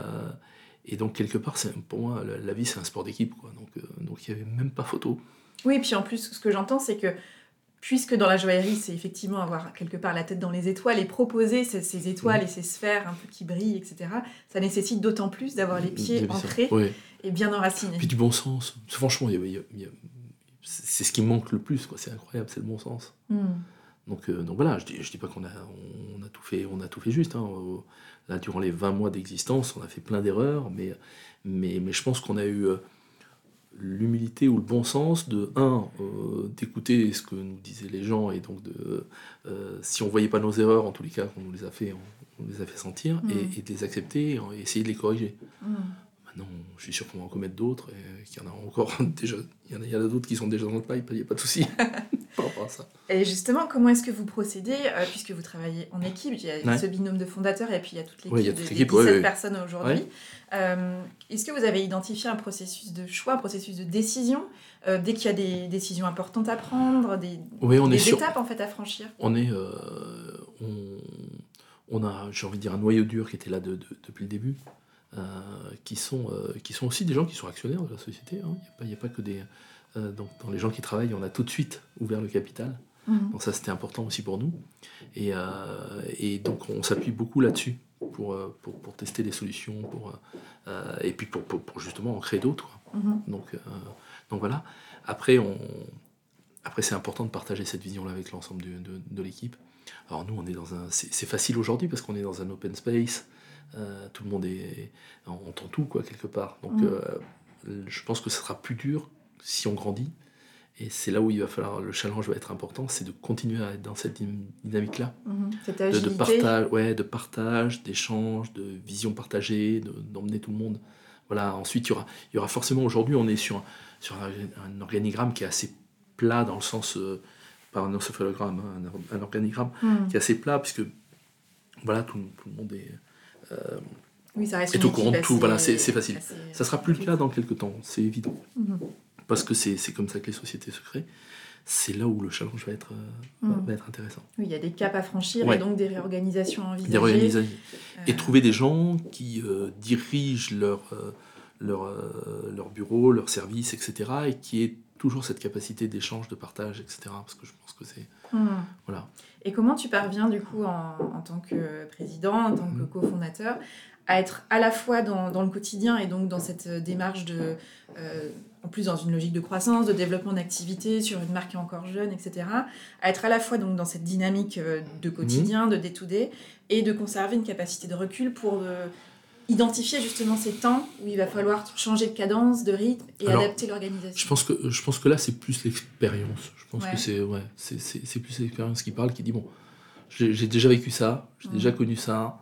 et donc, quelque part, c'est, pour moi, la, la vie, c'est un sport d'équipe, quoi. Donc, euh, donc, il n'y avait même pas photo. Oui, et puis en plus, ce que j'entends, c'est que puisque dans la joaillerie, c'est effectivement avoir quelque part la tête dans les étoiles et proposer ces, ces étoiles mmh. et ces sphères un peu qui brillent, et cetera, ça nécessite d'autant plus d'avoir les pieds ancrés oui. et bien enracinés. Puis du bon sens. Franchement, il y a, il y a, il y a, c'est ce qui me manque le plus, quoi. C'est incroyable, c'est le bon sens. Mmh. Donc, euh, donc voilà, je dis, je dis pas qu'on a, on a, tout, fait, on a tout fait juste. Hein. Là, durant les vingt mois d'existence, on a fait plein d'erreurs, mais, mais, mais je pense qu'on a eu... Euh, l'humilité ou le bon sens de, un, euh, d'écouter ce que nous disaient les gens, et donc de, euh, si on ne voyait pas nos erreurs, en tous les cas, qu'on nous les a fait, on, on les a fait sentir, mmh. et, et de les accepter, et essayer de les corriger. Mmh. Maintenant, je suis sûr qu'on va en commettre d'autres, et qu'il y en a encore déjà, il y en a, il y en a d'autres qui sont déjà dans le pipe, il n'y a pas de souci par rapport à ça. Et justement, comment est-ce que vous procédez, euh, puisque vous travaillez en équipe, il y a ouais. ce binôme de fondateurs, et puis il y a toute l'équipe, ouais, il y a toute de, l'équipe des dix-sept ouais, ouais. personnes aujourd'hui. Ouais. Euh, est-ce que vous avez identifié un processus de choix, un processus de décision, euh, dès qu'il y a des décisions importantes à prendre, des, oui, on des est sur... étapes en fait à franchir? On est, euh, on, on a, j'ai envie de dire, un noyau dur qui était là de, de, depuis le début, euh, qui sont, euh, qui sont aussi des gens qui sont actionnaires de la société. Hein. Il n'y a, a pas que des, euh, donc, dans les gens qui travaillent, on a tout de suite ouvert le capital. Mmh. Donc ça, c'était important aussi pour nous. Et, euh, et donc, on s'appuie beaucoup là-dessus pour, pour, pour tester des solutions, pour, euh, et puis pour, pour, pour justement en créer d'autres. Mmh. Donc, euh, donc voilà. Après, on, après, c'est important de partager cette vision-là avec l'ensemble de, de, de l'équipe. Alors nous, on est dans un, c'est, c'est facile aujourd'hui parce qu'on est dans un open space. Euh, tout le monde est, entend tout, quoi, quelque part. Donc, mmh. euh, je pense que ce sera plus dur si on grandit. Et c'est là où il va falloir, le challenge va être important, c'est de continuer à être dans cette dynamique-là. Mmh, cette de, de, partage, ouais, de partage, d'échange, de vision partagée, de, d'emmener tout le monde. Voilà. Ensuite, il y aura, il y aura forcément, aujourd'hui, on est sur un, sur un, un organigramme qui est assez plat, dans le sens, euh, pas un encéphalogramme, hein, un, un organigramme mmh. qui est assez plat, puisque voilà, tout, tout le monde est... Euh, oui, ça reste est au courant de tout, voilà, c'est, c'est facile. Assez, ça sera plus le cas dans quelques temps, c'est évident. Mmh. Parce que c'est, c'est comme ça que les sociétés se créent. C'est là où le challenge va être, euh, mmh. va être intéressant. Oui, il y a des caps à franchir ouais. et donc des réorganisations à envisager. Des réorganisations. Euh... Et trouver des gens qui euh, dirigent leur, euh, leur, euh, leur bureau, leur service, et cetera. Et qui aient toujours cette capacité d'échange, de partage, et cetera. Parce que je pense que c'est... Mmh. Voilà. Et comment tu parviens, du coup, en, en tant que président, en tant que mmh. cofondateur, à être à la fois dans, dans le quotidien et donc dans cette démarche de... Euh, en plus dans une logique de croissance, de développement d'activité sur une marque qui est encore jeune, et cetera, à être à la fois donc, dans cette dynamique de quotidien, mmh. de day-to-day, et de conserver une capacité de recul pour euh, identifier justement ces temps où il va falloir changer de cadence, de rythme, et Alors, adapter l'organisation. Je pense, que, je pense que là, c'est plus l'expérience. Je pense ouais. que c'est, ouais, c'est, c'est, c'est plus l'expérience qui parle, qui dit, bon, j'ai, j'ai déjà vécu ça, j'ai mmh. déjà connu ça,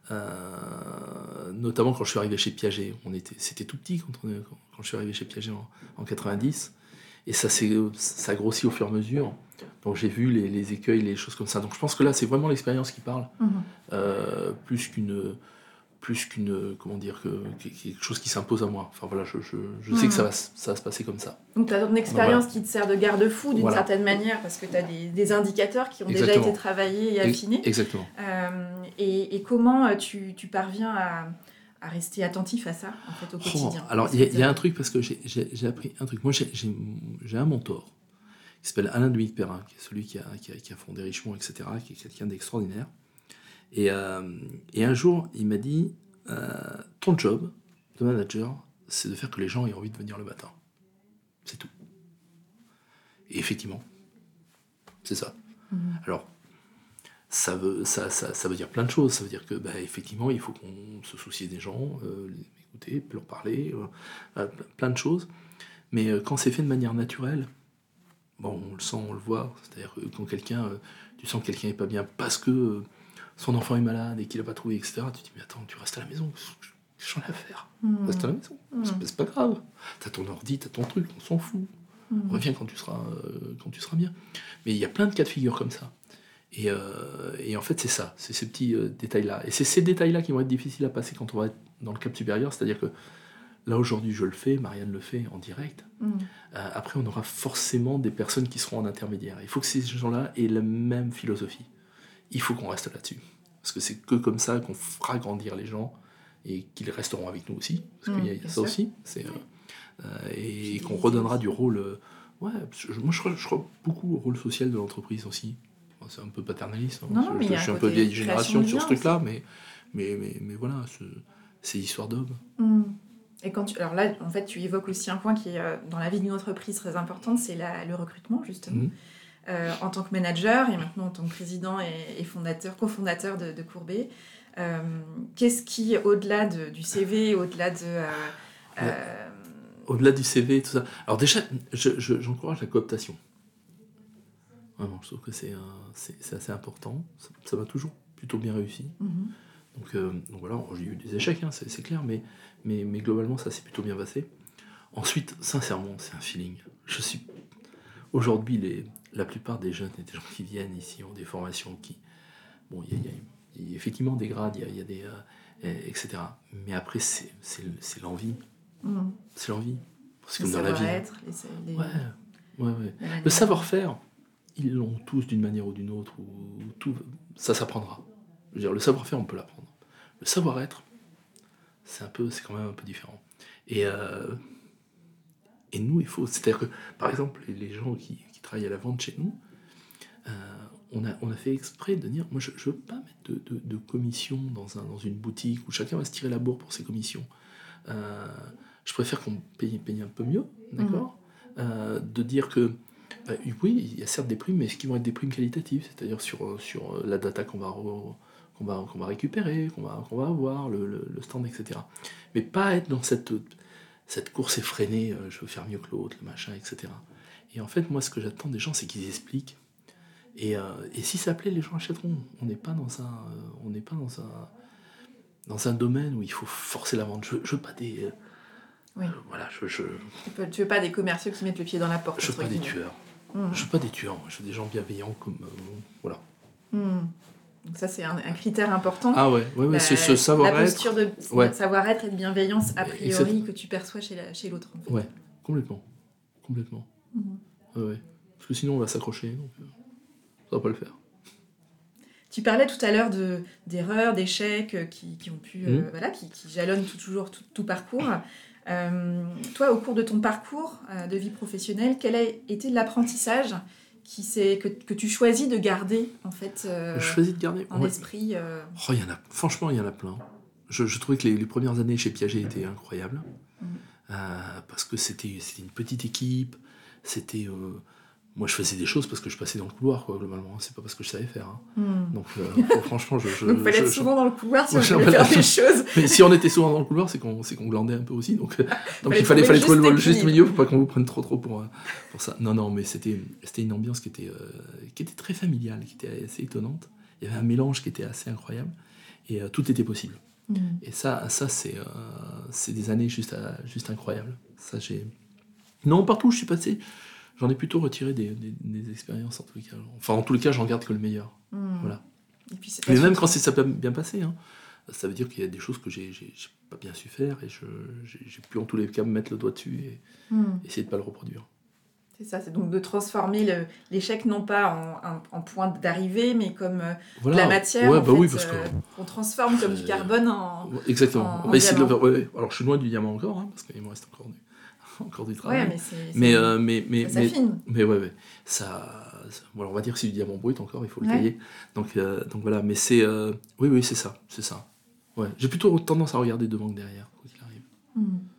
Euh, notamment quand je suis arrivé chez Piaget, on était, c'était tout petit quand, on, quand, quand je suis arrivé chez Piaget en, en quatre-vingt-dix, et ça s'est ça grossit au fur et à mesure. Donc j'ai vu les, les écueils, les choses comme ça. Donc je pense que là c'est vraiment l'expérience qui parle, mmh. euh, plus qu'une plus qu'une comment dire que quelque chose qui s'impose à moi. Enfin voilà, je, je, je mmh. sais que ça va, ça va se passer comme ça. Donc tu as une expérience voilà. qui te sert de garde-fou d'une voilà. certaine manière parce que tu as des, des indicateurs qui ont Exactement. déjà été travaillés et affinés. Exactement. Euh, et, et comment tu, tu parviens à, à rester attentif à ça en fait au quotidien? Oh, alors il y, y a un truc parce que j'ai, j'ai, j'ai appris un truc. Moi j'ai, j'ai, j'ai un mentor qui s'appelle Alain Dominique-Perrin, qui est celui qui a, qui a, qui a fondé Richemont, et cetera, qui est quelqu'un d'extraordinaire. Et, euh, et un jour, il m'a dit euh, ton job de manager, c'est de faire que les gens aient envie de venir le matin. C'est tout. Et effectivement, c'est ça. Mmh. Alors, ça veut, ça, ça, ça veut dire plein de choses. Ça veut dire que, bah, effectivement, il faut qu'on se soucie des gens, euh, les écouter, leur parler, euh, plein de choses. Mais euh, quand c'est fait de manière naturelle, bon, on le sent, on le voit. C'est-à-dire que quand quelqu'un, euh, tu sens que quelqu'un n'est pas bien parce que euh, son enfant est malade et qu'il n'a pas trouvé, et cetera. Tu te dis, mais attends, tu restes à la maison. J'en ai à faire. Mmh. Reste à la maison. Mmh. C'est, c'est pas grave. T'as ton ordi, t'as ton truc, on s'en fout. Mmh. Reviens quand tu seras, euh, quand tu seras bien. Mais il y a plein de cas de figure comme ça. Et, euh, et en fait, c'est ça. C'est ces petits euh, détails-là. Et c'est ces détails-là qui vont être difficiles à passer quand on va être dans le cap supérieur. C'est-à-dire que là, aujourd'hui, je le fais, Marianne le fait en direct. Mmh. Euh, après, on aura forcément des personnes qui seront en intermédiaire. Il faut que ces gens-là aient la même philosophie. Il faut qu'on reste là-dessus. Parce que c'est que comme ça qu'on fera grandir les gens et qu'ils resteront avec nous aussi, parce mmh, qu'il y a, il y a ça sûr. Aussi, c'est, euh, euh, et, et qu'on redonnera du rôle... Euh, ouais, je, moi je crois, je crois beaucoup au rôle social de l'entreprise aussi. Bon, c'est un peu paternaliste, hein. non, je, je, je suis un peu vieille génération sur ce truc-là, mais, mais, mais, mais voilà, c'est, c'est histoire d'homme. Mmh. Et quand tu, alors là, en fait, tu évoques aussi un point qui est euh, dans la vie d'une entreprise très importante, c'est la, le recrutement, justement. Mmh. Euh, en tant que manager et maintenant en tant que président et, et fondateur, cofondateur de, de Courbet, euh, qu'est-ce qui, au-delà de, du C V, au-delà de... Euh, ouais. euh... Au-delà du C V, tout ça... Alors déjà, je, je, j'encourage la cooptation. Vraiment, je trouve que c'est, euh, c'est, c'est assez important. Ça, ça m'a toujours plutôt bien réussi. Mm-hmm. Donc, euh, donc voilà, j'ai eu des échecs, hein, c'est, c'est clair, mais, mais, mais globalement, ça s'est plutôt bien passé. Ensuite, sincèrement, c'est un feeling. Je suis... Aujourd'hui, les... la plupart des jeunes et des gens qui viennent ici ont des formations qui... Bon, il y, y, y a effectivement des grades, il y, y a des... Euh, et cetera. Mais après, c'est, c'est, c'est l'envie. Mmh. C'est l'envie. C'est comme dans la vie. Être, les, les... Ouais, ouais, ouais. Le savoir-faire, ils l'ont tous d'une manière ou d'une autre. Ou tout, ça s'apprendra. Je veux dire, le savoir-faire, on peut l'apprendre. Le savoir-être, c'est, un peu, c'est quand même un peu différent. Et... Euh, Et nous, il faut... C'est-à-dire que, par exemple, les gens qui, qui travaillent à la vente chez nous, euh, on, a, on a fait exprès de dire, moi, je ne veux pas mettre de, de, de commission dans, un, dans une boutique où chacun va se tirer la bourre pour ses commissions. Euh, je préfère qu'on paye, paye un peu mieux, d'accord ? Mmh. euh, De dire que, euh, oui, il y a certes des primes, mais qui vont être des primes qualitatives, c'est-à-dire sur, sur la data qu'on va, re, qu'on va, qu'on va récupérer, qu'on va, qu'on va avoir, le, le, le stand, et cetera. Mais pas être dans cette... cette course effrénée, euh, je veux faire mieux que l'autre, le machin, et cetera. Et en fait, moi, ce que j'attends des gens, c'est qu'ils expliquent. Et, euh, et si ça plaît, les gens achèteront. On n'est pas dans un, euh, on n'est pas dans un, dans un domaine où il faut forcer la vente. Je, je veux pas des, euh, oui. euh, voilà, je, je. Tu, peux, tu veux pas des commerciaux qui mettent le pied dans la porte. Je veux pas des tueurs. Mmh. Je veux pas des tueurs. Je veux des gens bienveillants comme, euh, voilà. Mmh. Donc ça, c'est un, un critère important. Ah ouais, ouais, ouais, la, c'est ce savoir-être. La posture de ouais. savoir-être et de bienveillance, a priori, Exactement. Que tu perçois chez, la, chez l'autre. En fait. Ouais, complètement. Complètement. Mm-hmm. Ouais, ouais. Parce que sinon, on va s'accrocher, donc euh, ça va pas le faire. Tu parlais tout à l'heure de, d'erreurs, d'échecs qui, qui ont pu... Mm-hmm. Euh, voilà, qui, qui jalonnent tout, toujours tout, tout parcours. Euh, toi, au cours de ton parcours euh, de vie professionnelle, quel a été l'apprentissage qui c'est que, que tu choisis de garder en fait euh, je choisis de garder en ouais. esprit euh... oh, y en a, franchement il y en a plein. Je, je trouvais que les, les premières années chez Piaget étaient incroyables mmh. euh, parce que c'était, c'était une petite équipe, c'était euh, moi je faisais des choses parce que je passais dans le couloir quoi, globalement, c'est pas parce que je savais faire hein. mmh. donc euh, franchement je, je donc il fallait être souvent je, dans le couloir si on voulait faire des choses. Mais si on était souvent dans le couloir c'est qu'on, c'est qu'on glandait un peu aussi donc, donc il fallait, fallait trouver le, le juste milieu pour pas qu'on vous prenne trop trop pour, pour ça. Non non mais c'était, c'était une ambiance qui était, euh, qui était très familiale, qui était assez étonnante. Il y avait un mélange qui était assez incroyable et euh, tout était possible. Mmh. Et ça, ça c'est, euh, c'est des années juste, à, juste incroyables. Ça, j'ai... Non, partout où je suis passé, j'en ai plutôt retiré des, des, des expériences en tous les cas. Enfin, en tous les cas, j'en garde que le meilleur. Mmh. Voilà. Et puis, mais même quand c'est, ça peut bien passer, hein, ça veut dire qu'il y a des choses que j'ai, j'ai, j'ai pas bien su faire et je, j'ai, j'ai pu en tous les cas me mettre le doigt dessus et mmh. essayer de pas le reproduire. C'est ça, c'est donc de transformer le, l'échec non pas en, en, en point d'arrivée, mais comme euh, voilà. de la matière ouais, en bah fait, oui, parce que, euh, qu'on transforme comme euh, du carbone en exactement. En, on va essayer de le faire. Ouais. Alors je suis loin du diamant encore, hein, parce qu'il me reste encore du, encore du travail. Ouais, mais c'est, c'est mais, euh, mais, mais, ça mais, s'affine. Mais ouais, ouais. Ça, ça, bon, on va dire que c'est du diamant brut encore, il faut le ouais. tailler. Donc, euh, donc voilà, mais c'est, euh, oui, oui, c'est ça, c'est ça. Ouais. J'ai plutôt tendance à regarder devant que derrière, quoi qu'il arrive. Mm.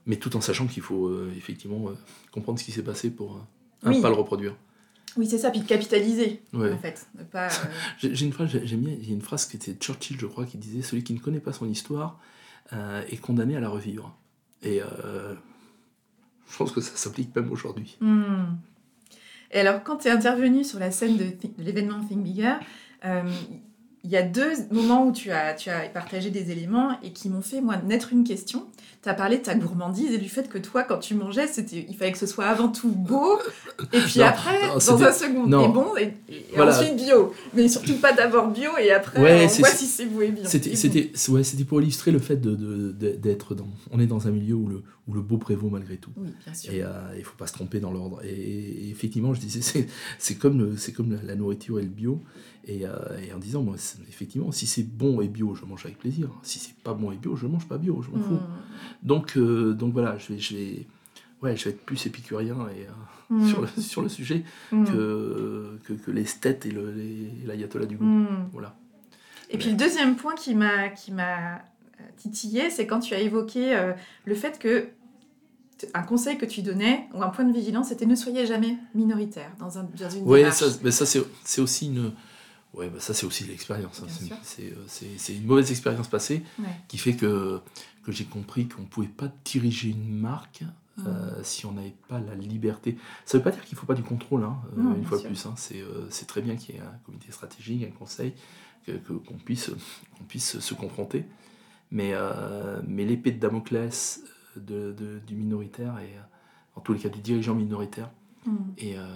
mais tout en sachant qu'il faut euh, effectivement euh, comprendre ce qui s'est passé pour ne Oui. pas le reproduire. Oui, c'est ça, puis de capitaliser, Ouais. en fait. De pas, euh... j'ai, j'ai une phrase, j'aime bien, il y a une phrase qui était Churchill, je crois, qui disait « Celui qui ne connaît pas son histoire euh, est condamné à la revivre ». Et euh, je pense que ça s'applique même aujourd'hui. Mmh. Et alors, quand tu es intervenu sur la scène de, th- de l'événement Think Bigger, euh, il y a deux moments où tu as, tu as partagé des éléments et qui m'ont fait, moi, naître une question. Tu as parlé de ta gourmandise et du fait que toi, quand tu mangeais, c'était, il fallait que ce soit avant tout beau, et puis Non, après, non, dans c'était- un second, non. et bon, et, et Voilà. ensuite bio. Mais surtout pas d'abord bio, et après, Ouais, on c'est- voit c'est- si c'est beau et bien. C'était, et bon. c'était, c'est- ouais, c'était pour illustrer le fait de, de- de- d'être dans... On est dans un milieu où le, où le beau prévaut malgré tout. Oui, bien sûr. Et il euh, ne faut pas se tromper dans l'ordre. Et, et effectivement, je disais, c'est, c'est comme, le, c'est comme la, la nourriture et le bio. Et, euh, et en disant, moi, c'est- effectivement, si c'est bon et bio, je mange avec plaisir. Si c'est pas bon et bio, je mange pas bio, je m'en fous. Mmh. Donc, euh, donc voilà, je vais, je, vais, ouais, je vais être plus épicurien et, euh, Mmh. sur, le, sur le sujet Mmh. que, que, que l'esthète et, le, les, et l'ayatollah du goût. Mmh. Voilà. Et puis le deuxième point qui m'a, qui m'a euh, titillé, c'est quand tu as évoqué euh, le fait que t- un conseil que tu donnais, ou un point de vigilance, c'était ne soyez jamais minoritaire dans, un, dans une Oui, démarche. ça, mais ça c'est, c'est aussi une... Ouais, bah ça c'est aussi l'expérience. Hein. Bien C'est, sûr. c'est, euh, c'est, c'est une mauvaise expérience passée Ouais. qui fait que, que j'ai compris qu'on ne pouvait pas diriger une marque Mmh. euh, si on n'avait pas la liberté. Ça ne veut pas dire qu'il ne faut pas du contrôle, hein, euh, Non, une bien fois sûr. plus. Hein. C'est, euh, c'est très bien qu'il y ait un comité stratégique, un conseil, que, que- qu'on, puisse, qu'on puisse se confronter. Mais, euh, mais l'épée de Damoclès de, de- du minoritaire, et euh, en tous les cas du dirigeant minoritaire, Mmh. et euh,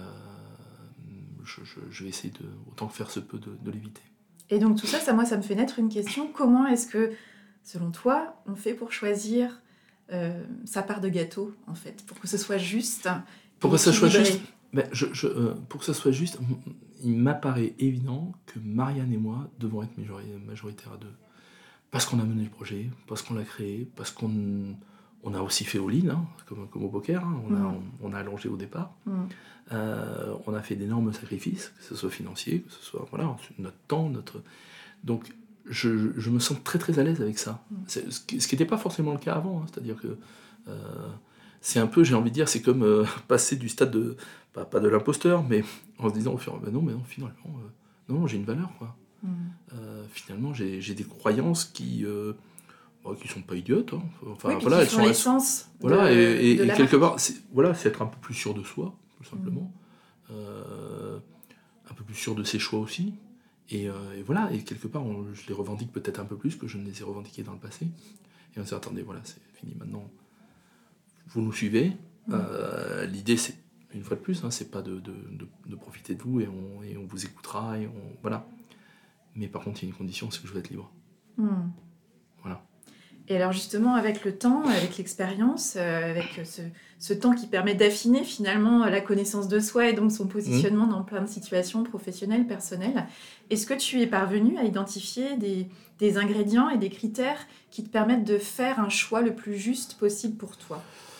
je, je, je vais essayer, de, autant que faire se peut, de, de l'éviter. Et donc tout ça, ça, moi, ça me fait naître une question. Comment est-ce que, selon toi, on fait pour choisir euh, sa part de gâteau, en fait, pour que ce soit juste Pour et que ça soit équilibré. juste, ben, je, je, euh, pour que ça soit juste, il m'apparaît évident que Marianne et moi devons être majori- majoritaires à deux. Parce qu'on a mené le projet, parce qu'on l'a créé, parce qu'on on a aussi fait all-in, hein, comme, comme au poker, hein, on, a, Mm. on, on a allongé au départ. Mm. Euh, on a fait d'énormes sacrifices, que ce soit financier, que ce soit voilà, notre temps, notre... Donc je, je me sens très très à l'aise avec ça. Mm. C'est, ce qui n'était pas forcément le cas avant, hein, c'est-à-dire que euh, c'est un peu, j'ai envie de dire, c'est comme euh, passer du stade de, pas, pas de l'imposteur, mais en se disant au fur et à mesure, non, mais non, finalement, euh, non, j'ai une valeur, quoi. Mm. Euh, finalement, j'ai, j'ai des croyances qui... Euh, qui sont pas idiotes, hein. Enfin, Oui, puis voilà, qui elles font sont, l'essence voilà, de, et, et, de et la quelque marque. part, c'est, voilà, c'est être un peu plus sûr de soi, tout simplement, mmh. euh, un peu plus sûr de ses choix aussi, et, euh, et voilà, et quelque part, on, je les revendique peut-être un peu plus que je ne les ai revendiqués dans le passé, et on s'est dit, attendez, voilà, c'est fini maintenant, vous nous suivez, mmh. euh, l'idée c'est, une fois de plus, hein, c'est pas de, de, de, de profiter de vous, et on, et on vous écoutera, et on, voilà, mais par contre, il y a une condition, c'est que je veux être libre. Mmh. Voilà. Et alors justement, avec le temps, avec l'expérience, euh, avec ce, ce temps qui permet d'affiner finalement la connaissance de soi et donc son positionnement mmh. dans plein de situations professionnelles, personnelles, est-ce que tu es parvenu à identifier des, des ingrédients et des critères qui te permettent de faire un choix le plus juste possible pour toi ?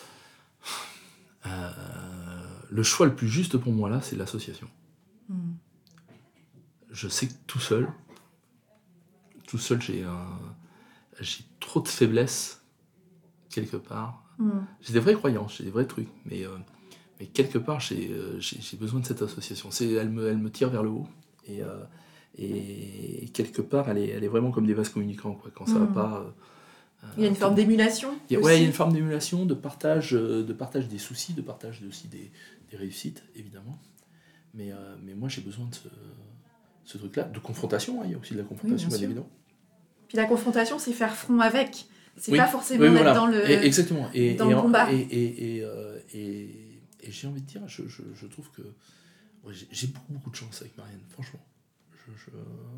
euh, Le choix le plus juste pour moi là, c'est l'association. Mmh. Je sais que tout seul, tout seul j'ai un... j'ai trop de faiblesses, quelque part. Mm. J'ai des vraies croyances, j'ai des vrais trucs, mais, euh, mais quelque part, j'ai, euh, j'ai, j'ai besoin de cette association. C'est, elle, me, elle me tire vers le haut, et, euh, et quelque part, elle est, elle est vraiment comme des vases communicants, quoi. Quand ça mm. va pas... Euh, il y a une forme d'émulation il y a, ouais, il y a une forme d'émulation, de partage, de partage des soucis, de partage aussi des, des réussites, évidemment. Mais, euh, mais moi, j'ai besoin de ce, ce truc-là, de confrontation, hein. Il y a aussi de la confrontation, oui, bien évidemment. Puis la confrontation, c'est faire front avec. C'est oui. pas forcément oui, d'être voilà. dans le, et, exactement. Et, dans et, le combat. Et, et, et, euh, et, et j'ai envie de dire, je, je, je trouve que ouais, j'ai, j'ai beaucoup, beaucoup de chance avec Marianne, franchement. Je, je...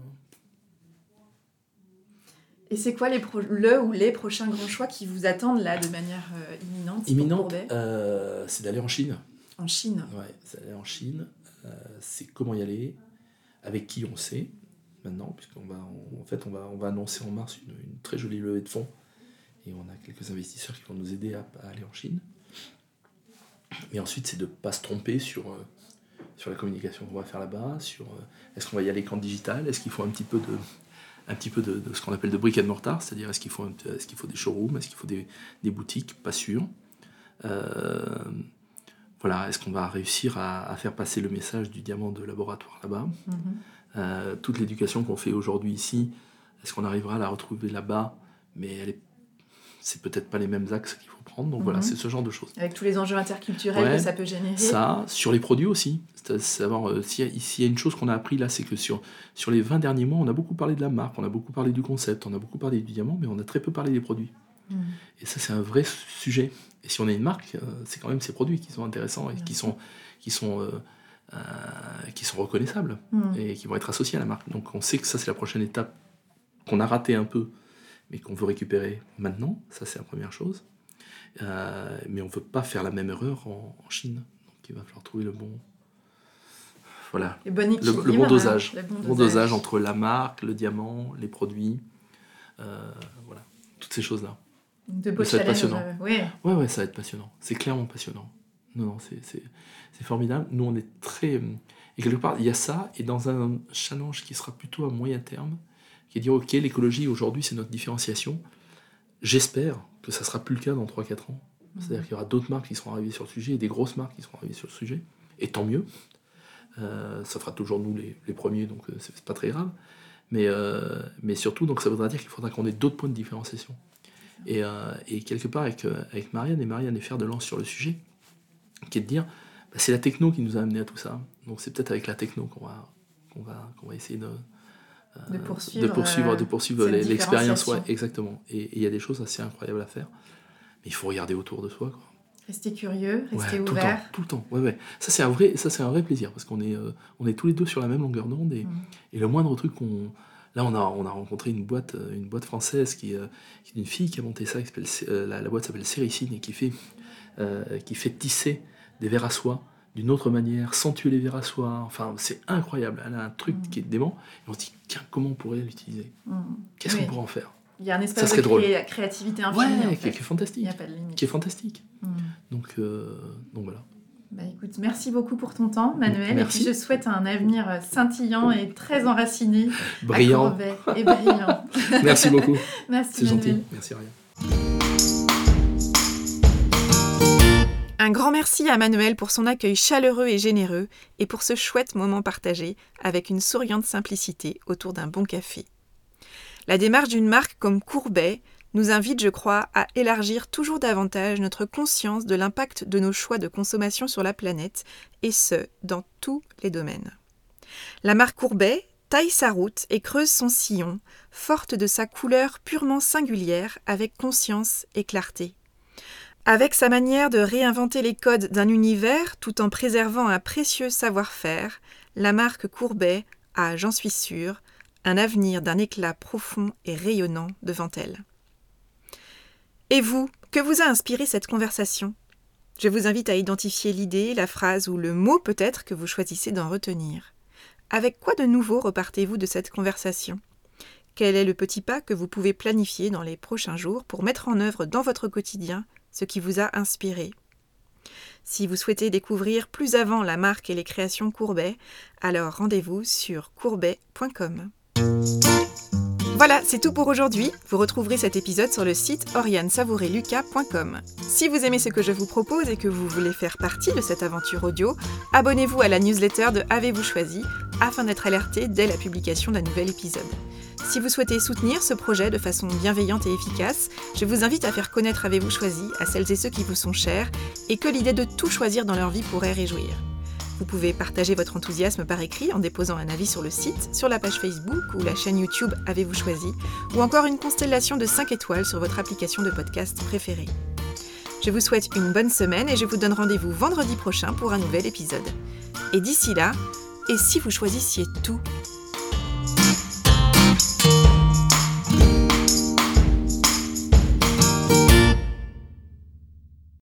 Et c'est quoi les pro- le ou les prochains grands choix qui vous attendent là de manière euh, imminente Imminente, euh, c'est d'aller en Chine. En Chine. Ouais, c'est d'aller en Chine. Euh, c'est comment y aller, avec qui on sait. Maintenant, puisqu'on va, on, en fait, on va, on va annoncer en mars une, une très jolie levée de fonds, et on a quelques investisseurs qui vont nous aider à, à aller en Chine. Mais ensuite, c'est de ne pas se tromper sur, euh, sur la communication qu'on va faire là-bas, sur euh, est-ce qu'on va y aller qu'en digital, est-ce qu'il faut un petit peu de, un petit peu de, de ce qu'on appelle de brick and mortar, c'est-à-dire est-ce qu'il faut, un, est-ce qu'il faut des showrooms, est-ce qu'il faut des, des boutiques, pas sûr. Euh, voilà, est-ce qu'on va réussir à, à faire passer le message du diamant de laboratoire là-bas. Mm-hmm. euh, toute l'éducation qu'on fait aujourd'hui ici, est-ce qu'on arrivera à la retrouver là-bas, mais elle est, c'est peut-être pas les mêmes axes qu'il faut prendre, donc mm-hmm. voilà, c'est ce genre de choses. Avec tous les enjeux interculturels ouais, que ça peut générer. Ça, sur les produits aussi, c'est savoir euh, s'il, y a, s'il y a une chose qu'on a appris là, c'est que sur, sur les vingt derniers mois, on a beaucoup parlé de la marque, on a beaucoup parlé du concept, on a beaucoup parlé du diamant, mais on a très peu parlé des produits. Mm. Et ça, c'est un vrai sujet. Et si on a une marque, euh, c'est quand même ces produits qui sont intéressants et qui sont, qui sont, euh, euh, qui sont reconnaissables mm. et qui vont être associés à la marque. Donc on sait que ça, c'est la prochaine étape qu'on a raté un peu, mais qu'on veut récupérer maintenant. Ça, c'est la première chose. Euh, mais on ne veut pas faire la même erreur en, en Chine. Donc il va falloir trouver le bon, voilà, le, bon, le, le bon dosage. Hein, le bon dosage. Bon dosage entre la marque, le diamant, les produits, euh, voilà, toutes ces choses-là. De beaux ça va être passionnant. Euh, ouais. ouais, ouais, ça va être passionnant. C'est clairement passionnant. Non, non, c'est, c'est, c'est formidable. Nous, on est très... Et quelque part, il y a ça, et dans un challenge qui sera plutôt à moyen terme, qui est de dire, ok, l'écologie, aujourd'hui, c'est notre différenciation. J'espère que ça ne sera plus le cas dans trois à quatre ans. Mmh. C'est-à-dire qu'il y aura d'autres marques qui seront arrivées sur le sujet, et des grosses marques qui seront arrivées sur le sujet. Et tant mieux. Euh, ça fera toujours nous les, les premiers, donc euh, c'est, c'est pas très grave. Mais, euh, mais surtout, donc, ça voudra dire qu'il faudra qu'on ait d'autres points de différenciation. Et, euh, et quelque part, avec, euh, avec Marianne, et Marianne est fer de lance sur le sujet, qui est de dire, bah, c'est la techno qui nous a amené à tout ça. Donc c'est peut-être avec la techno qu'on va, qu'on va, qu'on va essayer de, euh, de poursuivre, de poursuivre, de poursuivre les, l'expérience. Ouais, exactement. Et il y a des choses assez incroyables à faire. Mais il faut regarder autour de soi, quoi. Rester curieux, rester ouais, ouvert. Tout le temps, tout le temps. Ouais, ouais. Ça, c'est un vrai, ça, c'est un vrai plaisir, parce qu'on est, euh, on est tous les deux sur la même longueur d'onde, et, mmh. et le moindre truc qu'on... Là, on a, on a rencontré une boîte, une boîte française qui, euh, qui est une fille qui a monté ça, qui s'appelle, euh, la, la boîte s'appelle Sericine, et qui fait, euh, qui fait tisser des vers à soie d'une autre manière, sans tuer les vers à soie. Enfin, c'est incroyable. Elle a un truc mmh. qui est dément. Et on se dit, tiens, comment on pourrait l'utiliser mmh. Qu'est-ce oui. qu'on pourrait en faire? Il y a un espace de cré- créativité infinie. Ouais, en qui, fait. qui est fantastique. Il n'y a pas de limite. Qui est fantastique. Mmh. Donc, euh, donc voilà. Bah écoute, merci beaucoup pour ton temps, Manuel. Merci. Et puis je souhaite un avenir scintillant et très enraciné. Brillant. À Courbet et brillant. Merci beaucoup. Merci, c'est Manuel. gentil. Merci, Ariane. Un grand merci à Manuel pour son accueil chaleureux et généreux et pour ce chouette moment partagé avec une souriante simplicité autour d'un bon café. La démarche d'une marque comme Courbet nous invite, je crois, à élargir toujours davantage notre conscience de l'impact de nos choix de consommation sur la planète, et ce, dans tous les domaines. La marque Courbet taille sa route et creuse son sillon, forte de sa couleur purement singulière, avec conscience et clarté. Avec sa manière de réinventer les codes d'un univers tout en préservant un précieux savoir-faire, la marque Courbet a, j'en suis sûre, un avenir d'un éclat profond et rayonnant devant elle. Et vous, que vous a inspiré cette conversation ? Je vous invite à identifier l'idée, la phrase ou le mot peut-être que vous choisissez d'en retenir. Avec quoi de nouveau repartez-vous de cette conversation ? Quel est le petit pas que vous pouvez planifier dans les prochains jours pour mettre en œuvre dans votre quotidien ce qui vous a inspiré ? Si vous souhaitez découvrir plus avant la marque et les créations Courbet, alors rendez-vous sur courbet point com. Voilà, c'est tout pour aujourd'hui. Vous retrouverez cet épisode sur le site oriane savouré lucas point com. Si vous aimez ce que je vous propose et que vous voulez faire partie de cette aventure audio, abonnez-vous à la newsletter de Avez-vous choisi afin d'être alerté dès la publication d'un nouvel épisode. Si vous souhaitez soutenir ce projet de façon bienveillante et efficace, je vous invite à faire connaître Avez-vous choisi à celles et ceux qui vous sont chers et que l'idée de tout choisir dans leur vie pourrait réjouir. Vous pouvez partager votre enthousiasme par écrit en déposant un avis sur le site, sur la page Facebook ou la chaîne YouTube Avez-vous choisi, ou encore une constellation de cinq étoiles sur votre application de podcast préférée. Je vous souhaite une bonne semaine et je vous donne rendez-vous vendredi prochain pour un nouvel épisode. Et d'ici là, et si vous choisissiez tout ?